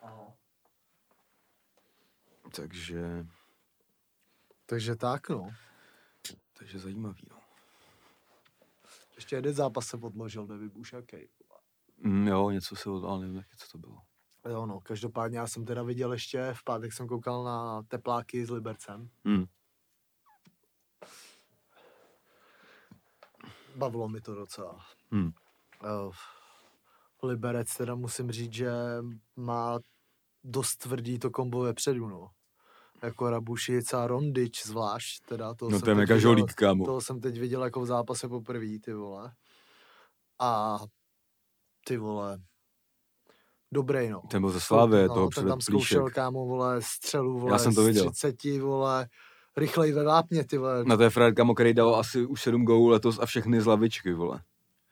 Takže, Takže tak, no. takže zajímavý, no. Ještě jeden zápas se odložil, nevím už jaký. Mm, jo, něco se od, ale nevím, jak co to bylo. Jo, no, každopádně já jsem teda viděl ještě, v pátek jsem koukal na tepláky s Libercem. Hmm. Bavilo mi to docela. Hmm. Uh, Liberec teda musím říct, že má dost tvrdý to kombo vepředu, no. Jako Rabušic a Rondič zvlášť, teda to No jsem to je teď mega viděl- žolík, kámo. To jsem teď viděl jako v zápase poprvé, ty vole. A ty vole, dobrý, no. Ten byl ze Slávy, no, toho ten předved tam zkoušel, Plíšek. kámo, vole, střelu, vole, Já jsem to viděl. z třiceti, vole, rychlej ve vápně, ty vole. Na to je Fred, kámo, který dal asi už sedm gólů letos a všechny z lavičky, vole.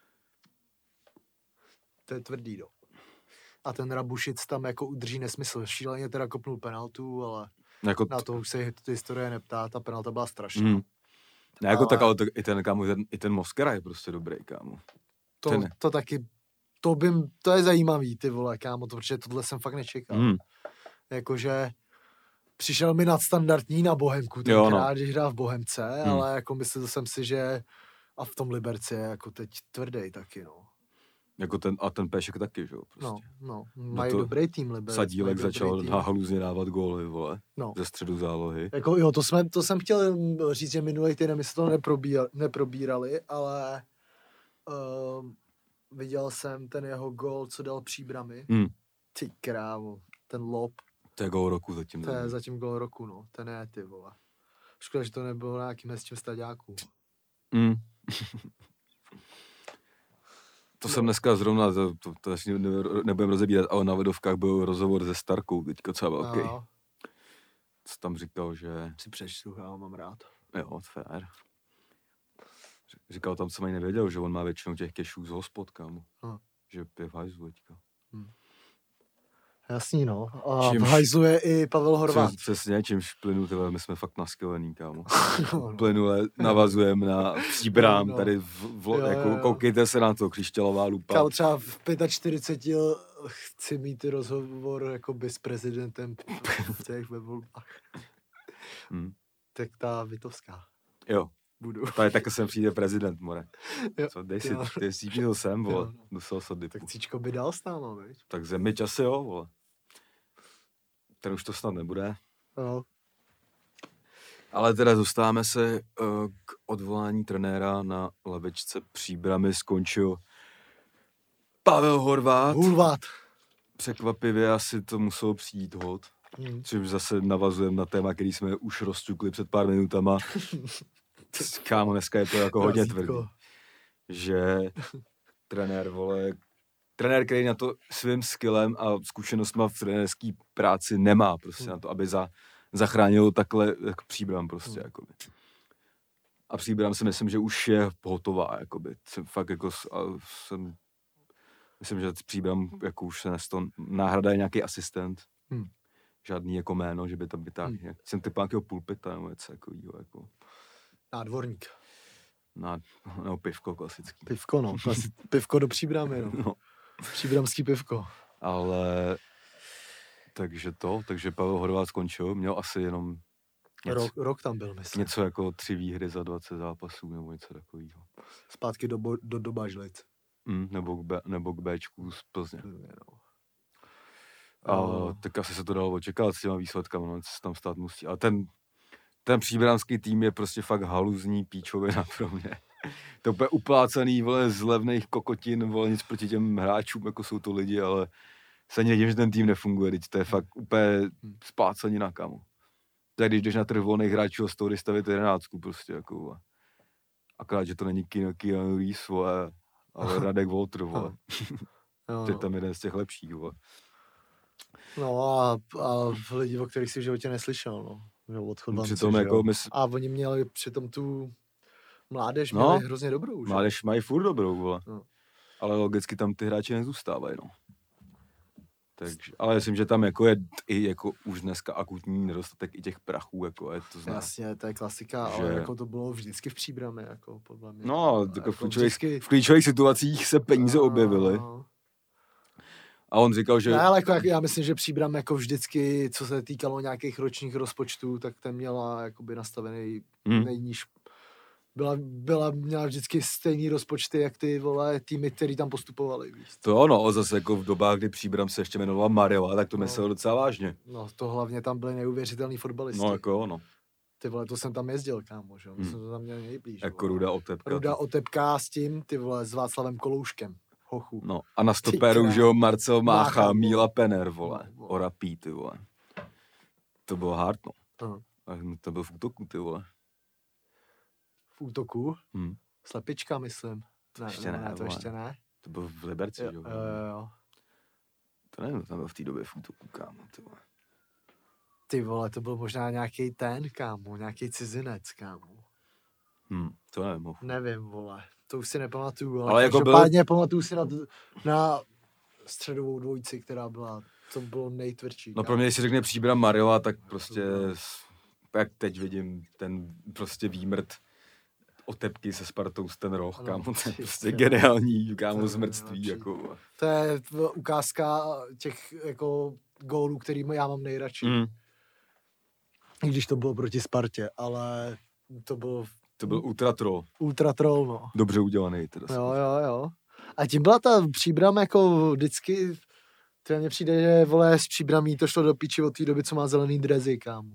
To je tvrdý, no. A ten Rabušic tam jako udrží nesmysl. Šíleně teda kopnul penaltu, ale Jako na to už se ty historie neptá, ta penalta byla strašná. Hmm. Ne, jako Ale- tak, ale to, i ten, kámo, ten, i ten Moskera je prostě dobrý, kámo. To, ten- to taky, to bym, to je zajímavý, ty vole, kámo, to, protože tohle jsem fakt nečekal. Hmm. Jakože přišel mi nadstandardní na Bohemku, Jo, tenkrát, no. když hrál v Bohemce, Hmm. ale jako myslel jsem si, že a v tom Liberci je jako teď tvrdý taky, no. Jako ten, a ten Péšek taky, že jo, No, prostě. no, mají to dobrý tým Liberec. Sadílek mají dobrý začal tým. na haluzně dávat góly, vole, No. ze středu zálohy. Jako jo, to, jsme, to jsem chtěl říct, že minulý týden my jsme to neprobíra, neprobírali, ale uh, viděl jsem ten jeho gól, co dal Příbrami. Hmm. Ty krávo, ten lob, To je gól roku zatím. to je zatím gól roku, no, ten je, ty vole. Škoda, že to nebylo na nějakým hezčím staďáku. Hmm. To jsem dneska zrovna, to, to, to asi ne, nebudem rozebírat, ale na Vodovkách byl rozhovor se Starkou, teďka co velký. No, Co tam říkal, že si přečtu, já ho mám rád. jo, fér. Říkal tam, co mají nevěděl, že on má většinou těch kešů z hospod, kámo. Hm. Že je v hajzlu teďka. Jasný, no. A Čímž- v hajzlu je i Pavel Horváth. Přes, přesně, čímž plynu, tyhle, my jsme fakt naskylení, kámo. No, no. Plynule navazujeme na Příbrám, No, no. tady v, v, Jo, jako, jo, jo. koukejte se na to, křišťálová lupa. Kámo, třeba v čtyřiceti pěti chci mít rozhovor jako by s prezidentem v těch ve volbách. Hmm. Tak ta Vitovská. Jo, Budu. tady takhle sem přijde prezident, more. Jo, Co, dej si, jo. dej si píl sem, vole, Jo, no. musel se dipu. Tak Cíčko by dal s náma, viď? Tak zemi časy, jo, vole. Ten už to snad nebude. No. Ale teda dostáváme se uh, k odvolání trenéra na lavičce Příbramy. Skončil Pavel Horváth. Hulvát. Překvapivě asi to muselo přijít hod. Hmm. Což zase navazujeme na téma, který jsme už rozťukli před pár minutama. Kámo, dneska je to jako hodně Razítko. tvrdý. Že trenér, vole, trenér, který na to svým skillem a zkušenostma v trenérské práci nemá prostě hmm. na to, aby za, zachránil takhle jako Příbram prostě, hmm. jakoby. A Příbram si myslím, že už je hotová, jakoby. Jsem fakt jako, jsem, myslím, že Příbram jako už se nesto, náhrada je nějaký asistent. Hmm. Žádný jako jméno, že by tam vytáhl. Hmm. Jsem typ nějakého pulpita nebo něco takovýho, jako. Nádvorník. Na, no, pivko klasický. Pivko, no. Klasi- pivko do Příbramy, no. no. Příbramský pivko. Ale, takže to, takže Pavel Horváth skončil, měl asi jenom něco, rok, rok tam byl, myslím. Něco jako tři výhry za dvacet zápasů, nebo něco takového. Zpátky do, bo, do Dobažlic. Mm, nebo, k B, nebo k Bčku z Plzně. No. A, no. Tak asi se to dalo očekávat s těma výsledkama, no, co se tam stát musí. Ale ten, ten příbramský tým je prostě fakt haluzní píčovina pro mě. To je uplácaný, vole, z levných kokotin, vole, nic proti těm hráčům, jako jsou to lidi, ale se ani nevidím, že ten tým nefunguje, teď to je fakt úplně splácanina, kámo. To je, když jdeš na trh volných hráčů a z toho stavit jedenáctku, prostě, jako, vole. Akorát, že to není Keanu Reeves, vole, ale Radek Walter, vole. No, to je tam jeden z těch lepších, vole. No a, a lidi, o kterých si v životě neslyšel, no. Že odchodlanci, přitom že jako mysl... A oni měli přitom tu mládež měli no, hrozně dobrou, že? Mládež mají furt dobrou, vole. No. Ale logicky tam ty hráči nezůstávají, no. Takže, ale myslím, že tam jako je i jako už dneska akutní nedostatek i těch prachů, jako je to zná. Jasně, to je klasika, že... ale jako to bylo vždycky v Příbrami, jako podle mě. No, jako v, klíčových, vždycky... v klíčových situacích se peníze objevily. No. A on říkal, že... Ne, ale jako, já myslím, že Příbram jako vždycky, co se týkalo nějakých ročních rozpočtů, tak ten měla jakoby nastavený hmm. nejníž. Byla, byla, měla vždycky stejný rozpočty, jak ty, vole, týmy, který tam postupovali, víš. To ono, zase jako v dobách, kdy Příbram se ještě jmenoval Mareva, tak to no. myslel docela vážně. No, to hlavně tam byli neuvěřitelný fotbalisti. No, jako ono. Ty vole, to jsem tam jezdil, kámo, že? Hmm. Jsem to tam měl nejblíž. Jako vole. Ruda Otepka. Ruda Otepka s tím, ty vole, s Václavem Kolouškem. Hochu. No, a na stoperu, že jo, Marcel Mácha, Mácha Míla Penner, vole. No, Orapí, ty vole. To bylo hard, no. Uh-huh. A to byl v útoku, ty vole. V útoku? Hmm. Slepička, myslím. To ne, ještě ne, ne, to vole. ještě ne. To byl v Liberci, jo, že jo. Jo, jo. To nevím, tam byl v té době v útoku, kámo, ty vole. Ty vole, to byl možná nějaký ten, kámo, nějaký cizinec, kámo. Hmm, to nevím. Ho. Nevím, vole. To už si nepamatuju, ale, ale jako každopádně bylo... pamatuju si na, na středovou dvojici, která byla, to bylo nejtvrdší. No pro mě, když si řekne Příbram Mariova, tak prostě, jak teď vidím, ten prostě výmrt Otepky se Spartou, ten roh, kámo, to je prostě geniální, kámo, zmrtství, jako. To je ukázka těch, jako, gólů, který já mám nejradši. Mm. I když to bylo proti Spartě, ale to bylo... To byl ultra troll. Ultra troll, no. Dobře udělaný, teda. Jo, jo, jo. A tím byla ta Příbram jako vždycky, teda mně přijde, že vole, z Příbramí to šlo do piči od té doby, co má zelený drezy, kámo.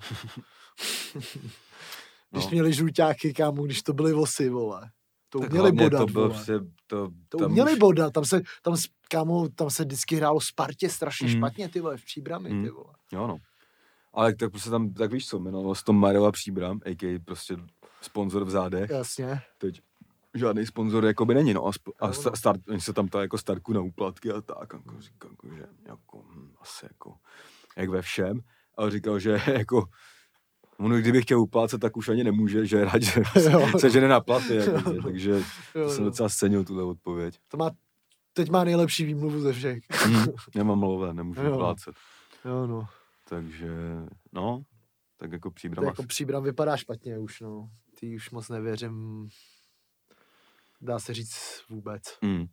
Když no. měli žluťáky, kámo, když to byly vosy, vole. To tak uměli bodat, to bylo vole. To, to uměli už... bodat, tam se, tam, kámo, tam se vždycky hrálo Spartě strašně mm. špatně, ty vole, v Příbrami, mm. ty vole. Jo, no. Ale tak prostě tam, tak víš co, jmenovalo se to Mariova Příbram, a k a prostě sponzor v zádech. Jasně. Teď žádný sponzor jakoby není, no. A, sp- a sta- start, oni se tam ta jako starku na úplatky a tak, jako říkal, jako, že jako, hm, asi jako, jak ve všem. Ale říkal, že jako, ono kdyby chtěl uplácet, tak už ani nemůže, že rád, že se žene na platy, jako, takže to jo, jsem jo. docela scenil tuhle odpověď. To má, teď má nejlepší výmluvu ze všech. Hmm, nemám lové, nemůžu jo. uplácet. Jo, no. Takže, no, tak jako Příbram. Jako Příbram vypadá špatně už, no. Ty už moc nevěřím, dá se říct vůbec. Mm.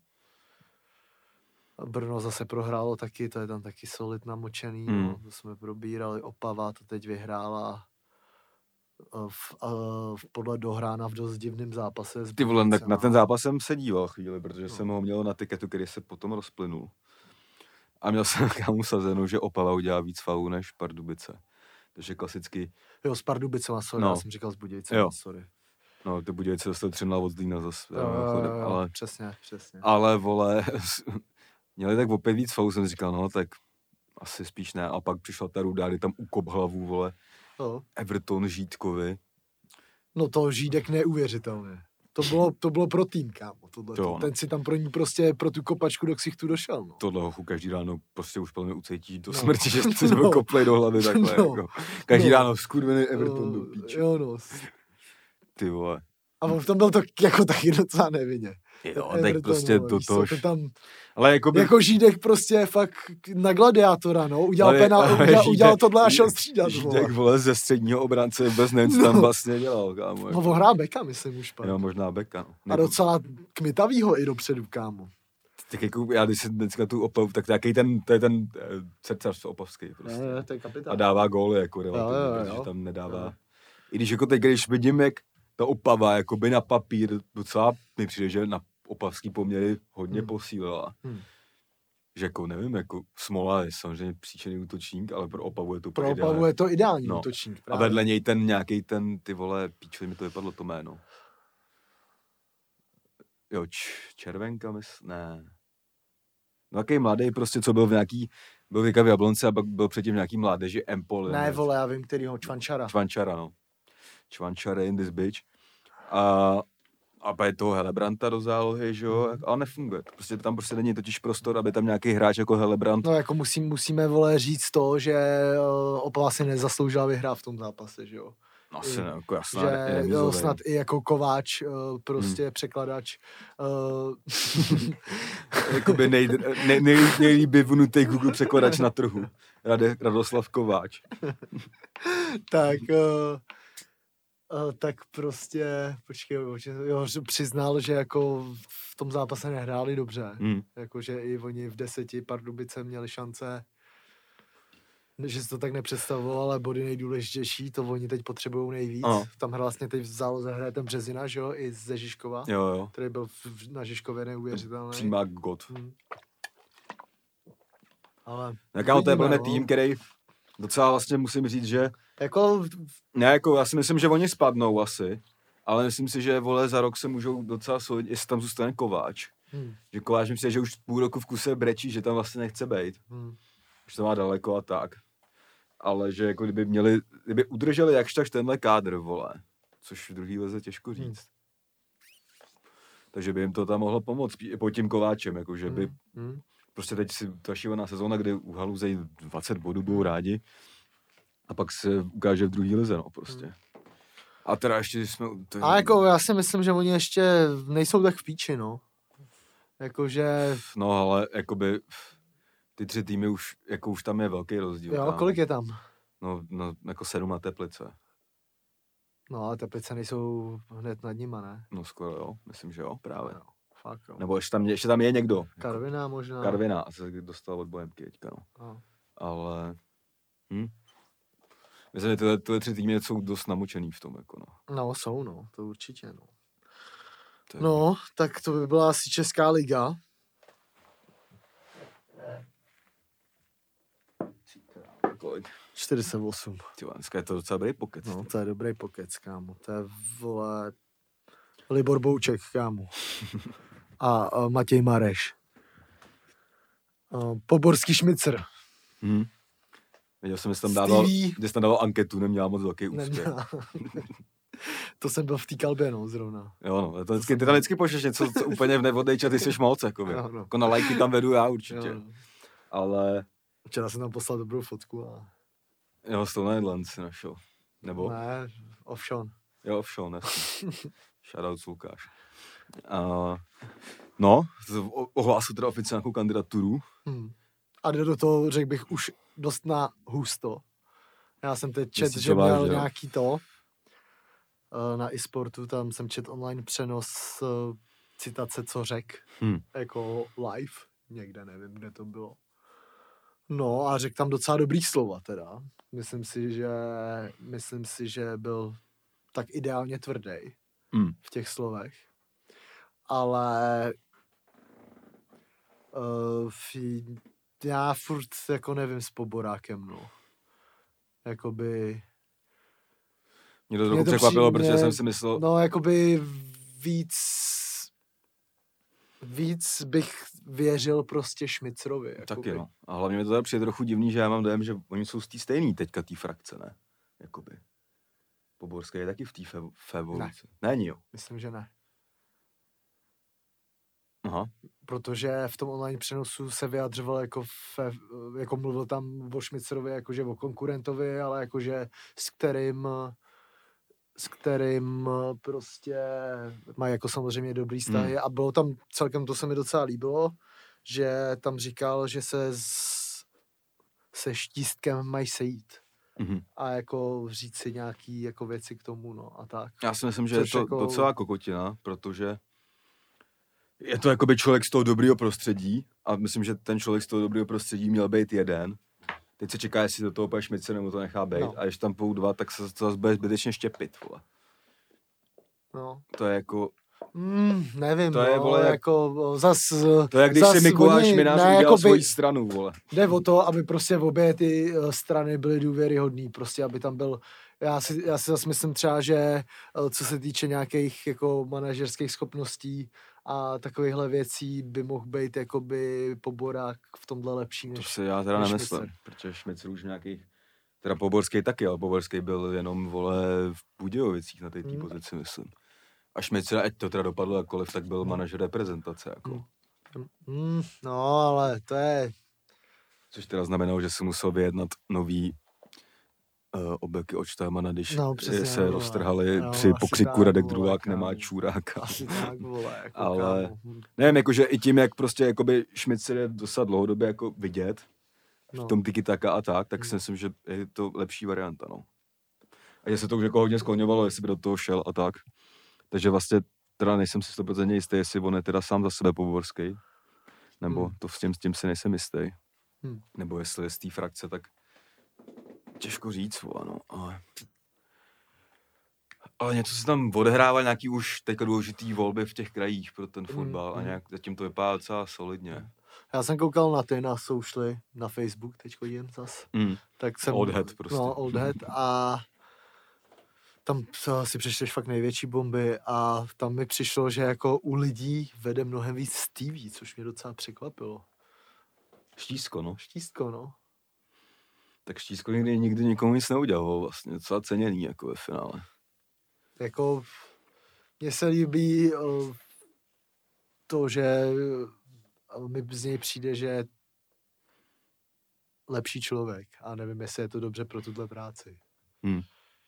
A Brno zase prohrálo taky, to je tam taky solid namočený, mm. no. To jsme probírali, Opava to teď vyhrála v, v, podle dohrána v dost divným zápase. Ty vole, na, na ten zápas jsem se díval chvíli, protože no. jsem ho měl na tiketu, který se potom rozplynul. A měl jsem kámu sazenou, že Opava udělá víc faulů než Pardubice. Takže klasicky... Jo, s Pardubicema, sorry, no. Já jsem říkal s Budějcem, sorry. No, ty Budějce dostali tři nula od Zlína zase. Jo, jo, jo, ale, přesně, přesně. Ale, vole, měli tak opět víc faulů, jsem říkal, no, tak asi spíš ne. A pak přišla ta Ruda, kdy tam ukop hlavu, vole. No. Everton Žítkovi. No to Žídek neuvěřitelně. To bylo, to bylo pro tým, kámo, tohle. To, no. Ten si tam pro ní prostě, pro tu kopačku do ksichtu došel, no. Tohle hochu každý ráno prostě už plně ucítíš do No. smrti, že jsi No. koplej do hlavy takhle, No. jako. Každý No. ráno skurvený Everton No, do píči. Jo, no. Ty vole. A on v tom byl to jako taky docela nevinně. Jo, Everton, tak prostě vole, do víš co, toho... to tam, Ale jakoby... jako Žídek prostě fakt na gladiátora, no. Udělal, Ale- penál, ale udělal, Žídek- udělal tohle a šel střídat, vole. Žídek, vole, ze středního obránce vůbec nevím, co No. tam vlastně dělal, kámo. No, Jako. on hrál beka, myslím už pak. Jo, možná beka, no. A Nebo- docela kmitavýho i dopředu, kámo. Tak jako já, když si dneska tu Opavu, tak takový ten, to je ten eh, srdcař opavský prostě. Je, je, to je kapitán. A dává góly, jako relativně, Jo, jo, jo. protože tam nedává. Jo. I když jako teď, když vidím, jak ta Opava, jakoby na papír, docela mi přijde, že na opavský poměry hodně Hmm. posílila. Hmm. Že jako nevím, jako Smola je samozřejmě příčený útočník, ale pro Opavu je to Pro ideální. Opavu je to ideální No. útočník. A Právě. vedle něj ten nějaký ten, ty vole, píčli, mi to vypadlo to jméno. Jo, č- Červenka, mysl, ne. No jaký mladý prostě, co byl v nějaký, byl teďka v Jablonce a pak byl předtím v nějaký mládeži Empoli. Ne, vole, já vím, kterýho, Čvančara. Čvančara, no. Čvančara in this bitch. A, a pak je toho Helebranta do zálohy, že jo, ale nefunguje. to. Prostě tam prostě není totiž prostor, aby tam nějaký hráč jako Helebrant. No jako musím, musíme, vole, říct to, že uh, Opava si nezasloužila vyhrát v tom zápase, že jo. No asi ne, jako jasná, Že ne, jo, snad i jako Kováč, uh, prostě Hmm. překladač. Uh, Jakoby nej, nej, nej, nejlíp vyvnutý Google překladač na trhu. Rade, Radoslav Kováč. tak, uh, uh, tak prostě, počkej, jo, že přiznal, že jako v tom zápase nehráli dobře. Hmm. Jakože i oni v deseti Pardubice měli šance, že si to tak nepředstavoval, ale body nejdůležitější, to oni teď potřebují nejvíc. Ano. Tam vlastně teď v záloze hraje ten Březina, že jo, i ze Žižkova, Jo, jo. který byl v, na Žižkově neuvěřitelný. Přímá god. Hmm. Ale Tak kámo, to je uvidíme, plně no. tým, který docela vlastně musím říct, že Jako, ne, jako já si myslím, že oni spadnou asi, ale myslím si, že vole za rok se můžou docela solidně, jestli tam zůstane Kováč. hmm, Že Kováč mi přijde, že už půl roku v kuse brečí, že tam vlastně nechce být. hmm. Že to má daleko a tak. Ale že jako kdyby měli, kdyby udrželi jakž tak tenhle kádr, vole, což v druhý lize těžko říct. Hmm. Takže by jim to tam mohlo pomoct i pod tím Kováčem, jako že by Hmm. Hmm. prostě teď si ta šílená sezóna, kdy u Haluzejí dvacet bodů budou rádi a pak se ukáže v druhý lize, no prostě. Hmm. A teda ještě jsme... To... A jako já si myslím, že oni ještě nejsou tak v píči, no. Jakože, No ale jakoby ty tři týmy už, jako už tam je velký rozdíl. jo, tam. kolik je tam? No, no, jako sedm na Teplice. No ale Teplice nejsou hned nad nima, ne? No skoro jo, myslím, že jo, právě. No, fakt jo. Nebo ještě tam, ještě tam je někdo. Karviná možná. Karviná se dostal od Bohemky teďka, no. No. Ale... Hm? Myslím, že tyhle, tyhle tři týmy jsou dost namočený v tom, jako no. No, jsou, no, to určitě, no. To je... No, tak to by byla asi Česká liga. Kolik? čtyřicet osm. Tyva, dneska je to docela dobrý pokec. No, to je dobrý pokec, kámo. To je, vole, Libor Bouček, kámo. A, a Matěj Mareš. A Poborský Šmicr. Hm. Viděl jsem, že jsi tam dával, Stevie. že jsi tam dával anketu, neměla moc velký úspěch. Neměla. To jsem byl v té kalbě, no, zrovna. Jo, no, to vždycky, ty tam vždycky pošleš něco, co úplně v nevhodejč a ty jsi moc, jako, Jo, no. jako na lajky tam vedu já určitě. Jo, no. Ale, Včera jsem tam poslal dobrou fotku a... jo, Stone Island si našel. Nebo? Ne, Ovšon. Jo, ovšel, jasně. Shoutout Lukáš. Uh, no, o- ohlásil teda oficiálně nějakou kandidaturu. Hmm. A jde do toho, řekl bych, už dost na husto. Já jsem teď čet, Myslíš, že to vážně, měl jo? nějaký to eh, na e-sportu, tam jsem čet online přenos eh, citace, co řek, Hmm. jako live, někde, nevím, kde to bylo. No a řekl tam docela dobrý slova teda. Myslím si, že, myslím si, že byl tak ideálně tvrdý Hmm. v těch slovech. Ale uh, já furt jako nevím s Poborákem, no. Jakoby, Mě to Mě trochu to překvapilo, přijde- protože jsem si myslel, no jakoby víc víc bych věřil prostě Šmicrovi. Jakoby. taky no. A hlavně mi to teda přijde trochu divný, že já mám dojem, že oni jsou z té stejný teďka té frakce, ne? Jakoby. Poborský je taky v té fe- favoritce. Není jo. Myslím, že ne. Aha. Protože v tom online přenosu se vyjadřoval jako, fe, jako mluvil tam o Šmicerovi, jakože o konkurentovi, ale jakože s kterým s kterým prostě mají jako samozřejmě dobrý vztahy Hmm. a bylo tam celkem, to se mi docela líbilo, že tam říkal, že se s, se Štístkem mají sejít. Mm-hmm. A jako říct si nějaký jako věci k tomu, no a tak. Já si myslím, že Což je to jako... docela kokotina, protože je to jakoby člověk z toho dobrýho prostředí a myslím, že ten člověk z toho dobrýho prostředí měl být jeden. Teď se čeká, jestli do toho úplně Šmicer nebo to nechá být. No. A když tam půjdu dva, tak se to zase bude zbytečně štěpit, vole. No. To je jako... Mm, nevím, to no, je, vole, jako zas... To je, když si Mikuláš Minář udělal jako svoji by, stranu, vole. Jde o to, aby prostě v obě ty strany byly důvěryhodný, prostě aby tam byl... Já si, já si zase myslím třeba, že co se týče nějakých jako manažerských schopností a takovýchhle věcí by mohl být jakoby Poborák v tomhle lepší než To si já teda nemyslím, Šmicer. protože Šmicer už nějakých... Teda Poborský taky, ale Poborský byl jenom, vole, v Budějovicích na té Hmm. pozici, myslím. A Šmicer, ať to teda dopadlo jakkoliv, tak byl manažer reprezentace, jako. Mm, no, ale to je... Což teda znamenalo, že si musel vyjednat nový uh, obeky od Štajmana, když no, přesně, se vole. roztrhali no, při pokřiku tak, Radek vole, Drulák kámo. nemá čuráka. Asi tak, vole, jako Ale kámo. nevím, jakože i tím, jak prostě jakoby Šmicer je dosa dlouhodobě jako vidět No. v tom tiki-taka a tak, tak Hmm. si myslím, že je to lepší varianta, no. A že se to už jako hodně skloňovalo, jestli by do toho šel a tak. Takže vlastně teda nejsem si sto procent jistý, jestli on je teda sám za sebe Poborský, nebo Hmm. to s tím, s tím si nejsem jistý. Hmm. Nebo jestli je z té frakce, tak těžko říct, vole, no, ale... Ale něco se tam odehrává, nějaký už teďka důležitý volby v těch krajích pro ten fotbal a nějak zatím to vypadá docela solidně. Já jsem koukal na ty, na Socially, na Facebook, teď chodím zas. Mm. Tak jsem... Old head prostě. No, old head a tam si přečteš fakt největší bomby a tam mi přišlo, že jako u lidí vede mnohem víc Stevie, což mě docela překvapilo. Štísko, no. Štístko, no. Tak Štísko nikdy, nikdy nikomu nic neudělal vlastně, docela ceněný jako ve finále. Jako mně se líbí uh, to, že uh, mi z něj přijde, že je lepší člověk a nevím, jestli je to dobře pro tuhle práci. Hmm.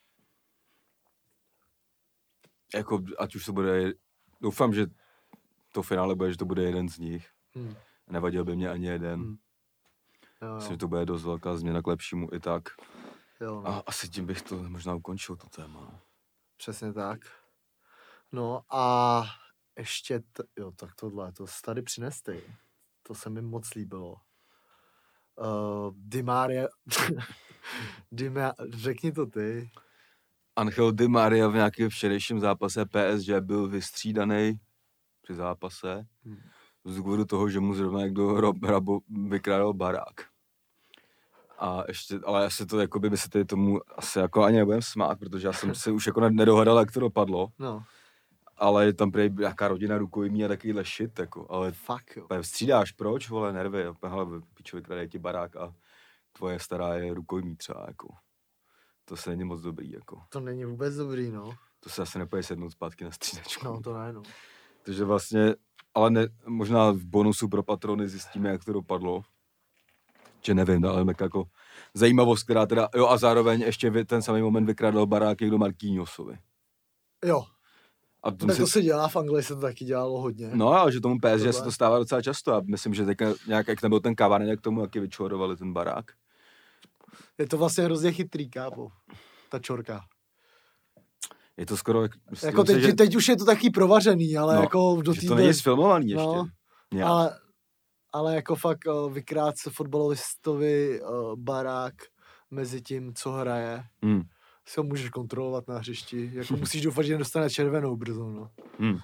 Jako, ať už to bude, doufám, že to finále bude, že to bude jeden z nich. Hmm. Nevadil by mě ani jeden. Hmm. Jo, Myslím, jo. že to bude dost velká změna k lepšímu i tak. Jo, no. A asi tím bych to možná ukončil, to téma. No. Přesně tak. No a ještě, t- jo, tak tohle, to jsi tady přineste. To se mi moc líbilo. Uh, Di Maria, Di Ma- řekni to ty. Angel Di Maria v nějakém včerejším zápase P S G byl vystřídaný při zápase Hmm. z důvodu toho, že mu zrovna někdo rob, rabo, vykrádal barák. A ještě, ale asi to, jakoby, by se tady tomu asi jako ani nebudem smát, protože já jsem se už jako nedohadal, jak to dopadlo. No, Ale je tam prý nějaká rodina rukojmí a takovýhle shit, jako, ale fakt jo. střídáš, proč, vole, nervy, hele, pičo, vykradej ti barák a tvoje stará je rukojmí třeba, jako. To se není moc dobrý, jako. To není vůbec dobrý, no. To se asi nepoje sednout zpátky na střídačku. No, to ne, no. Takže vlastně, ale ne, možná v bonusu pro patrony zjistíme, jak to dopadlo. Že nevím, ale jako zajímavost, která teda, jo a zároveň ještě v ten samý moment vykrádal barák někdo Marquinhosovi. Jo. A Tak si... to se dělá, v Anglii se to taky dělalo hodně. No, ale že tomu P S G Tohle. se to stává docela často a myslím, že teďka nějak, jak nebyl ten Cavani, jak tomu taky vyčorovali ten barák. Je to vlastně hrozně chytrý, kápo. Ta čorka. Je to skoro... Jako teď, se, že... teď už je to taky provařený, ale no, jako do že té... to není sfilmovaný ještě. No, Nějak. ale, ale jako fakt uh, vykrát se fotbalovistovi uh, barák mezi tím, co hraje. Hmm. Si ho můžeš kontrolovat na hřišti. Jako musíš doufat, že nedostane červenou brzo, no. Hmm.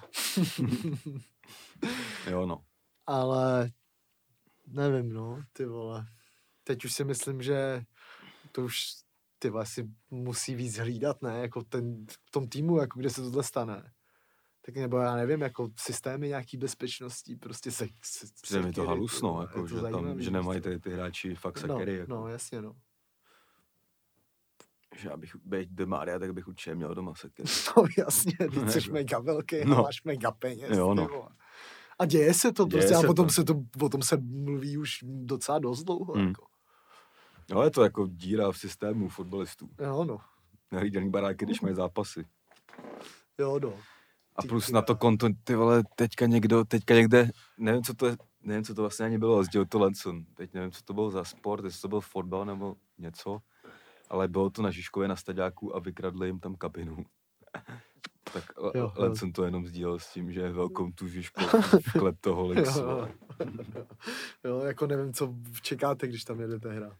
Jo, no. Ale nevím, no, ty vole. Teď už si myslím, že to už ty vole, si musí víc hlídat, ne? Jako ten, v tom týmu, jako kde se tohle stane. Tak nebo já nevím, jako systémy nějaký bezpečností, prostě se... se Přijde mi to sekery, halusno, vole, jako, je to že, tam, zajímavý, že nemají prostě. ty, ty hráči fakt No, sakery. Jako. no, jasně, no. Že abych být Di Maria, tak bych určitě měl doma sakery. No jasně, ty jsi mega velký, No. no. Máš mega peněz, Jo, no. ty vole. A děje se to Děje prostě se a potom to. se to, o tom se mluví už docela dost dlouho. Hmm. Jako. No je to jako díra v systému fotbalistů. Jo, no. Nahlídaný baráky, když mají zápasy. Jo, no. A Ty plus kurva. na to konto, ty vole, teďka někdo, teďka někde, nevím, co to je, nevím, co to vlastně ani bylo, sdělil to Lenson. Teď nevím, co to bylo za sport, jestli to byl fotbal nebo něco, ale bylo to na Žižkově na staďáku a vykradli jim tam kabinu. Tak Jo, jo, jo. Lenson to jenom sdílel s tím, že je welcome to Žižkov v Kleptoholics. Jo, jo. Jo, jako nevím, co čekáte, když tam jedete hrát.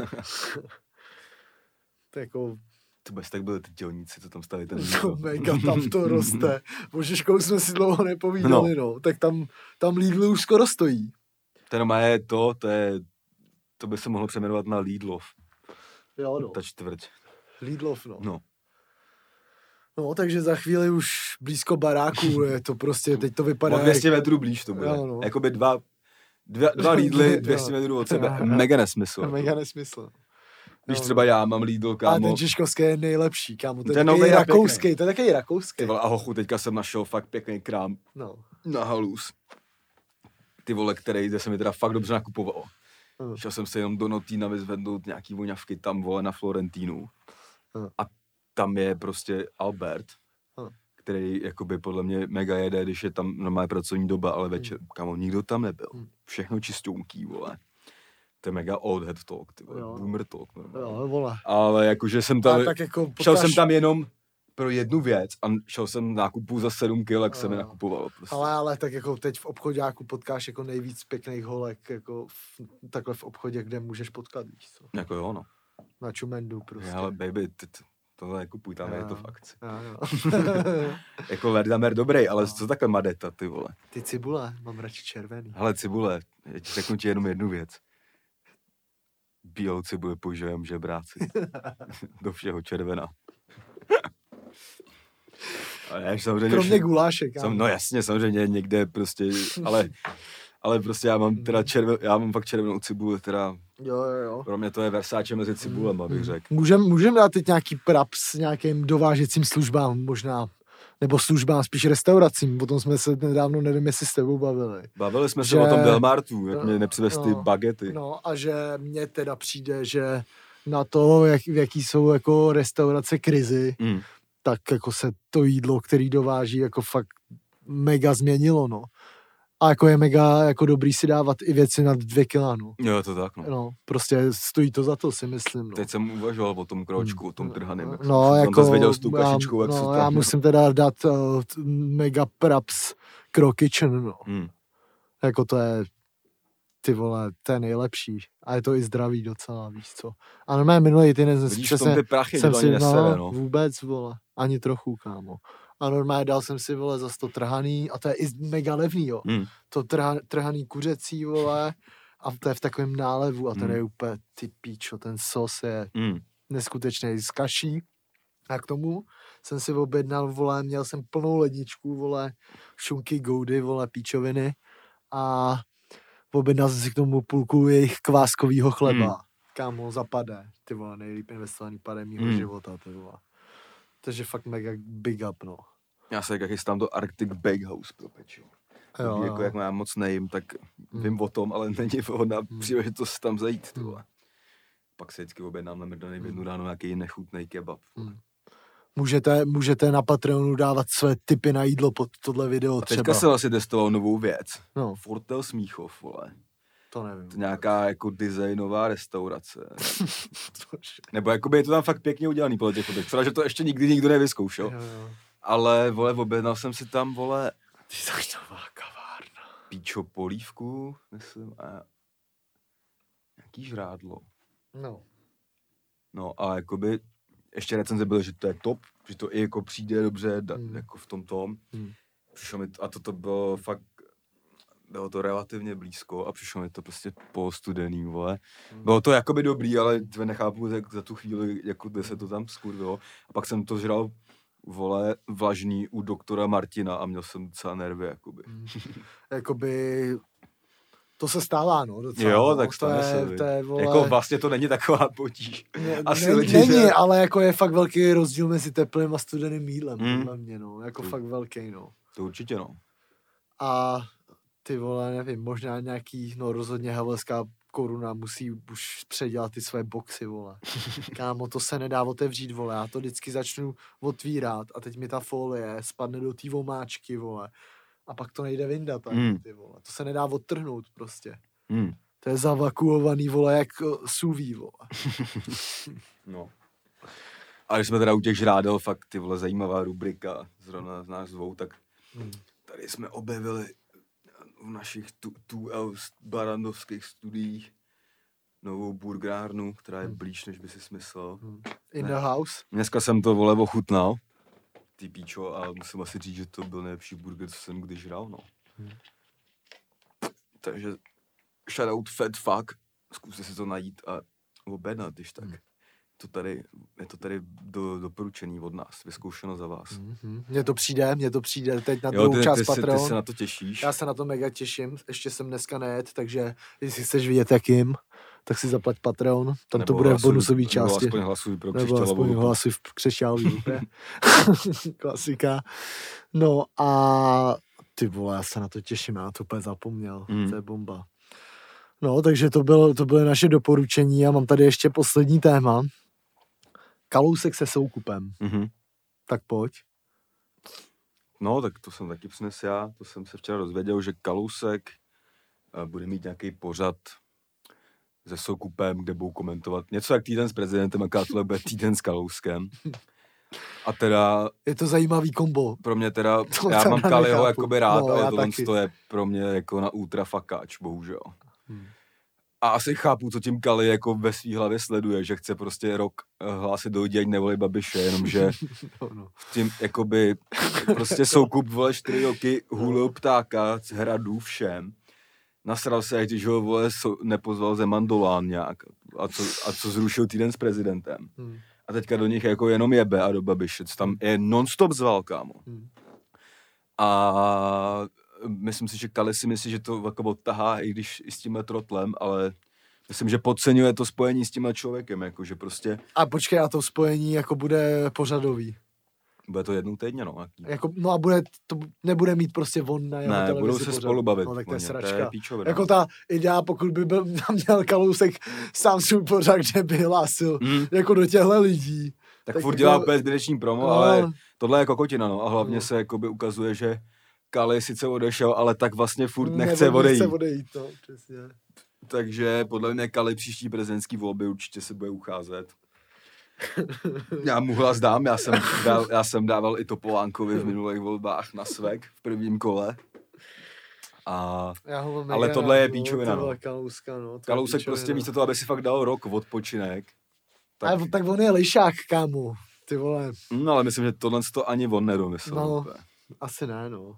To jako, To bez tak byli ty dělníci, co tam stali ten to mega tam to roste. O Žižkou jsme si dlouho nepovídali, no. no. Tak tam, tam Lidl už skoro stojí. Ten má je to, to je, to by se mohlo přejmenovat na Lidlov, Jo, no. ta čtvrť. Lidlov, no. No. No, takže za chvíli už blízko baráku je to prostě, teď to vypadá O dvě stě metrů blíž to bude. Jo, no. Jakoby dva, dva, dva Lidly, dvě stě Jo. metrů od sebe. Mega nesmysl. jak mega nesmysl. Když Jo, třeba já mám Lidl, A kámo. ten Žižkovský je nejlepší, kámo. To je Ten takový nový je rakouský, pěkný. to je takový rakouský. Ty vole, a hochu, teďka jsem našel fakt pěkný krám No. na halus. Ty vole, který kde se mi teda fakt dobře nakupoval. Mm. Šel jsem se jenom do Notína vyzvednout nějaký voňavky tam, vole, na Florentínu. Mm. A tam je prostě Albert, Mm. který jakoby podle mě mega jede, když je tam normálně pracovní doba, ale večer, kamo, nikdo tam nebyl. Mm. Všechno čistounký, vole. To je mega old head talk, ty vole, Jo. boomer talk, normálně. Jo, vole. Ale jakože jsem tam, A tak jako šel potkáš- jsem tam jenom pro jednu věc a šel jsem nákupu za sedm kil, jak se mi Jo. nakupoval. Prostě. Ale, ale tak jako teď v obchodáku potkáš jako nejvíc pěkných holek, jako v, takhle v obchodě, kde můžeš potkat, víš co. Jako jo, no. Na čumendu prostě. Je, ale baby, ty, ty, tohle nekupuj, tam je Jo. to v akci. Jo, jo. Jako Verdamer dobrý, ale No. co takhle madeta, ty vole. Ty cibule, mám radši červený. Hele, cibule, já ti řeknu ti jenom jednu věc. Bílou cibuli používám žebráci. Do všeho červená. Ale já samozřejmě... Kromě gulášek, Sam, kámo. no jasně, samozřejmě někde prostě, ale, ale prostě já mám teda červen, já mám fakt červenou cibuli, teda Jo, jo, jo. pro mě to je Versace mezi cibulema, bych řekl. Můžem, můžem dát teď nějaký praps nějakým dovážecím službám možná, nebo službám, spíš restauracím, o tom jsme se nedávno, nevím, jestli s tebou bavili. Bavili jsme se Že- o tom Delmartu, jak mě nepřivez ty no, bagety. No a že mně teda přijde, že na to, jak, v jaký jsou jako restaurace krizi, Mm. tak jako se to jídlo, který dováží, jako fakt mega změnilo, no. A jako je mega jako dobrý si dávat i věci nad dvě kila, no. Jo, to tak, no. No, prostě stojí to za to, si myslím, no. Teď jsem uvažoval o tom kročku, o tom trhaném. jak No, jsem jako, tam zvěděl s tou kašičkou, jak já, se no, to... já musím teda dát uh, t- mega praps Crow Kitchen, no. Hmm. Jako to je, ty vole, to je nejlepší. A je to i zdravý docela, víš co. A normálně minulý týden jsem si Vidíš, v tom přesně, ty prachy, jsem to si, ani nesere, no, no. vůbec, vole, ani trochu, kámo. A normálně dal jsem si, vole, za sto trhaný, a to je i mega levný, jo. Hmm. To trha, trhaný kuřecí, vole, a to je v takovém nálevu a ten Hmm. je úplně, ty píčo, ten sos je Hmm. neskutečný z kaší. A k tomu jsem si objednal, vole, měl jsem plnou ledničku, vole, šunky, goudy, vole, píčoviny a objednal jsem si k tomu půlku jejich kváskovýho chleba. Mm. Kámo, zapadé, ty vole, nejlíp investovaný pade mýho Mm. života, ty vole. Takže fakt mega big up, no. Já se jak chystám do Arctic Bakehouse pro pečivo. Jo, Jako jo. jak já moc nejím, tak Mm. vím o tom, ale není vhodná Mm. příležitost tam zajít, ty Mm. vole. Pak se vždycky objednám na mrdaný v jednu ráno nějaký nechutnej kebab. Mm. Můžete, můžete na Patreonu dávat své tipy na jídlo pod tohle video A teďka třeba. jsem asi testoval novou věc. No, Fortel Smíchov, vole. to nevím. To je nějaká jako designová restaurace. Nebo jakoby je to tam fakt pěkně udělaný podle těch fotek. Třeba, že to ještě nikdy nikdo nevyzkoušel. Jo, jo. Ale, vole, objednal jsem si tam, vole, Designová kavárna. píčo polívku, myslím, a nějaký žrádlo. No. No a jakoby ještě recenze byly, že to je top, že to i jako přijde dobře, da, Hmm. jako v tom tom. Hmm. Přišlo mi to, a toto bylo fakt, bylo to relativně blízko a přišlo mi to prostě polostudený, vole. Hmm. Bylo to jakoby dobrý, ale tve nechápu, jak za tu chvíli, jako kde se to tam skurvilo. A pak jsem to žral, vole, vlažný u doktora Martina a měl jsem docela nervy, jakoby. Hmm. Jakoby, to se stává, no, docela. Jo, no. tak to stane je, se, viď. to je, vole, Jako vlastně to není taková potíž. ne, asi ne, lidi, není, že- ale jako je fakt velký rozdíl mezi teplým a studeným jídlem, Hmm. podle mě, no, jako Hmm. fakt velký, no. To určitě no. A ty vole, nevím, možná nějaký, no rozhodně havelská koruna musí už předělat ty své boxy, vole. Kámo, to se nedá otevřít, vole, já to vždycky začnu otvírat a teď mi ta folie spadne do té vomáčky, vole. A pak to nejde vyndat, Mm. ty vole. To se nedá odtrhnout prostě. Mm. To je zavakuovaný, vole, jak uh, suví, vole. No. A když jsme teda u těch žrádel, fakt ty vole zajímavá rubrika, zrovna z nás dvou, tak Hmm. tady jsme objevili v našich two L barandovských studiích novou burgerárnu, která je Hmm. blíž, než by si smyslel. Hmm. In Ne. the house. Dneska jsem to vole ochutnal, ty píčo, a musím asi říct, že to byl nejlepší burger, co jsem kdy žral, no. Hmm. Takže shoutout Fat Fuck, zkuste si to najít a objednat, když tak. Hmm. To tady, je to tady do, doporučený od nás, vyzkoušeno za vás. Mm-hmm. Mně to přijde, mně to přijde teď na Jo, druhou ty, část ty, se, ty Patreon. se na to těšíš. Já se na to mega těším, ještě jsem dneska nejet, takže jestli chceš vidět jakým, tak si zaplať Patreon, tam to Nebo bude v hlasuj- bonusové nebo části. aspoň hlasuj pro Nebo aspoň křišťálovou. hlasuj v křišťálový lupě. Klasika. No a ty vole, já se na to těším, já to úplně zapomněl, Mm. to je bomba. No, takže to, bylo, to byly naše doporučení a mám tady ještě poslední téma. Kalousek se Soukupem. Mhm. Tak pojď. No, tak to jsem taky přines já, to jsem se včera dozvěděl, že Kalousek eh, bude mít nějaký pořad se Soukupem, kde budou komentovat něco jak týden s prezidentem, a tohle bude týden s Kalouskem. A teda Je to zajímavý kombo. pro mě teda, To já teda mám Kaliho nechápu. jakoby rád, No, ale já tohle taky. to je pro mě jako na ultra fakáč, bohužel. Hmm. A asi chápu, co tím Kali jako ve svý hlavě sleduje, že chce prostě rok eh, hlásit do lidí, ať nevolí Babiše, jenomže No, no. v tím jakoby prostě Soukup vole čtyři roky hulil ptáka z hradu všem. Nasral se, když ho vole so, nepozval Zeman Dolán nějak a co, a co zrušil týden s prezidentem. Hmm. A teďka do nich jako jenom jebe a do Babiše, co tam je non-stop zval, kámo. Hmm. A myslím si, že Kali si myslí, že to jako odtahá, i když i s tímhle trotlem, ale myslím, že podceňuje to spojení s tímhle člověkem, jako že prostě A počkej, a to spojení jako bude pořadový. bude to jednou týdně, no. Jaký. Jako, no a bude, to nebude mít prostě on na jeho Ne, televizi budou se pořad. spolu bavit. No tak to je to je sračka. píčovina. Jako ta idea, pokud by byl, tam měl Kalousek sám svůj pořad, kde by hlásil Mm. jako do těchto lidí. Tak, tak furt jako- dělá úplně zbytečný promo, No, ale tohle je kokotina, no. A hlavně No. se jakoby ukazuje, že Kali sice odešel, ale tak vlastně furt Nebo nechce odejít. Nechce odejít, no, přesně. Takže podle mě Kali příští prezidentský volby určitě se bude ucházet. Já mu hlas dám, já jsem, dal, já jsem dával i Topolánkovi v minulých volbách na svek v prvním kole. A Já ho mám Ale mega tohle je rád, no, píčovina, ty vole, no. Kalouska, no. to je Kalousek píčovina. prostě místo toho, aby si fakt dal rok odpočinek. Tak, Ale tak on je lišák, kámo. Ty vole, no ale myslím, že tohle to ani on nedomyslel. No. úplně. asi ne, no.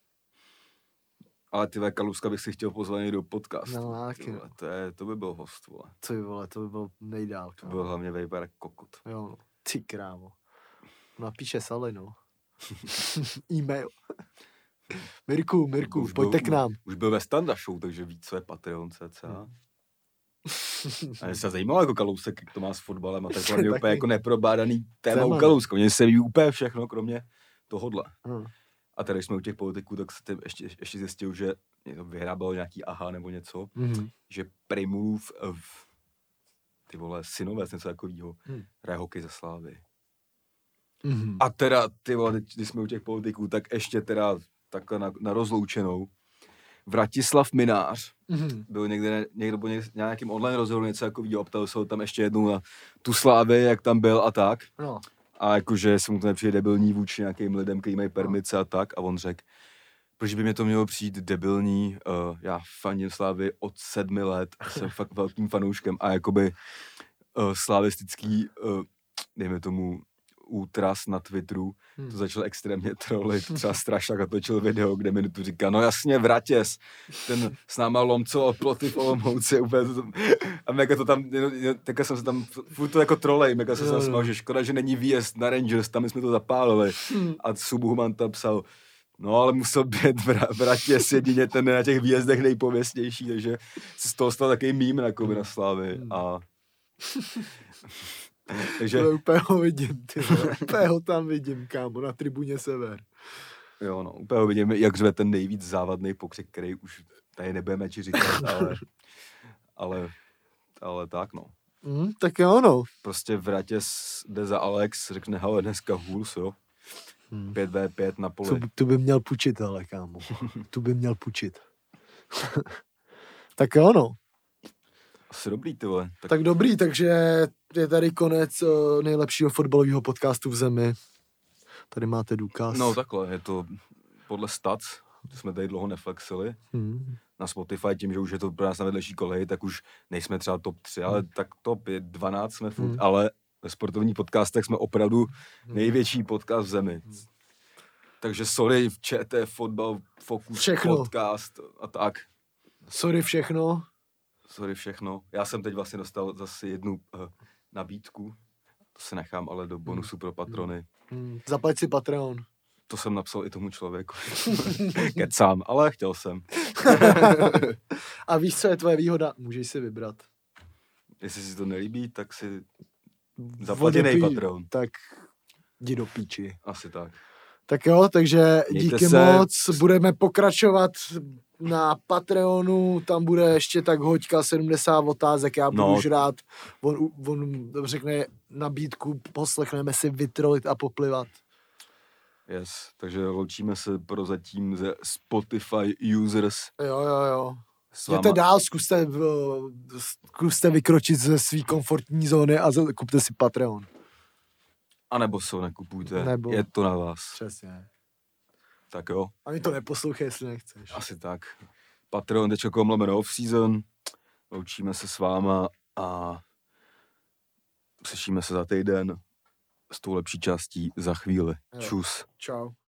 Ale ty Kalouska bych si chtěl pozvat někdo do podcastu. No, já taky, Ty vole, no. to, je, to by byl host, vole. Ty vole, to by byl nejdál, To kámo. byl hlavně vejbar jak kokot. Jo, no. Ty krávo. Napíše Sally, no. E-mail. Mirku, Mirku, Už pojďte byl- k nám. Už byl ve Standa Show, takže ví, co je Patreon cca. Hmm. A mě se zajímalo jako Kalousek, jak to má s fotbalem a takhle mě Taky. úplně jako neprobádaný téma Téma. u Kalouska. Mně se ví úplně všechno, kromě tohodle. Hm. A tady, když jsme u těch politiků, tak se tím ještě, ještě zjistil, že někdo vyhrábal nějaký aha nebo něco, Mhm. že Primův v ty vole, synovec, něco takového, Hmm. hraje hokej za Slávy. Mhm. A teda, ty vole, teď, když jsme u těch politiků, tak ještě teda takhle na, na rozloučenou. Vratislav Minář Mhm. byl někde, někdo po něk, nějakým online rozhovoru něco takového, ptal se ho tam ještě jednou na tu Slávy, jak tam byl a tak. No. A jakože se mu to nepřijde debilní vůči nějakým lidem, kteří mají permice a tak. A on řekl, proč by mě to mělo přijít debilní, uh, já fandím Slávy od sedmi let a jsem fakt velkým fanouškem a jakoby uh, slavistický, uh, dejme tomu, útras na Twitteru, Hmm. to začal extrémně trolit, třeba Strašák natočil video, kde mi tu říká, no jasně, Vratěs, ten s náma lomco ploty v Olomouci, úplně to tam, a mega to tam, teďka jsem se tam, furt to jako trolej, mega jsem se tam smál, že škoda, že není výjezd na Rangers, tam jsme to zapálili, a Subhuman tam psal, no ale musel být Vratěs jedině ten na těch výjezdech nejpověstnější, takže se z toho stal takový mím jakoby na Slávy a takže To úplně ho vidím, ty vole. Úplně ho tam vidím, kámo, na tribuně Sever. Jo, no, úplně vidím, jak řve ten nejvíc závadný pokřik, který už tady nebudeme či říkat, ale, ale, ale tak, no. Mm, tak jo, no. Prostě v ratě jde za Alex, řekne, hele, dneska Hůls, jo. Hmm. pět vé pět na poli. Tu, tu by měl pučit, ale kámo. Tu by měl pučit. Tak jo, no. Asi dobrý, ty vole. Tak... tak dobrý, takže je tady konec uh, nejlepšího fotbalového podcastu v zemi. Tady máte důkaz. No takhle, je to podle stats, jsme tady dlouho neflexili. Hmm. Na Spotify, tím, že už je to pro nás na vedlejší koleji, tak už nejsme třeba top tři, ale tak top je dvanáct jsme furt, hmm. ale ve sportovních podcastech jsme opravdu největší podcast v zemi. Hmm. Takže sorry v ČT, fotbal, Focus, všechno. Podcast a tak. Sorry všechno. Sorry všechno. Já jsem teď vlastně dostal zase jednu uh, nabídku, to si nechám ale do bonusu pro patrony. Hmm. Zaplať si Patreon. To jsem napsal i tomu člověku. Kecám, ale chtěl jsem. A víš, co je tvoje výhoda? Můžeš si vybrat. Jestli si to nelíbí, tak si zaplatěnej Patreon. Tak jdi do píči. Asi tak. Tak jo, takže Mějte díky se. moc. Budeme pokračovat na Patreonu, tam bude ještě tak hoďka sedmdesát otázek, já budu no. už rád. On, on řekne nabídku, poslechneme si vytrolit a poplivat. Yes, takže loučíme se prozatím ze Spotify users. Jo, jo, jo. Váma... Jděte dál, zkuste, zkuste vykročit ze své komfortní zóny a kupte si Patreon. A nebo se ho nekupujte, nebo... je to na vás. Přesně. Tak jo. A mi to neposlouchej, jestli nechceš. Asi tak. Patreon tečka com lomeno off-season. Loučíme se s váma a slyšíme se za týden s tou lepší částí za chvíli. Jo. Čus. Čau.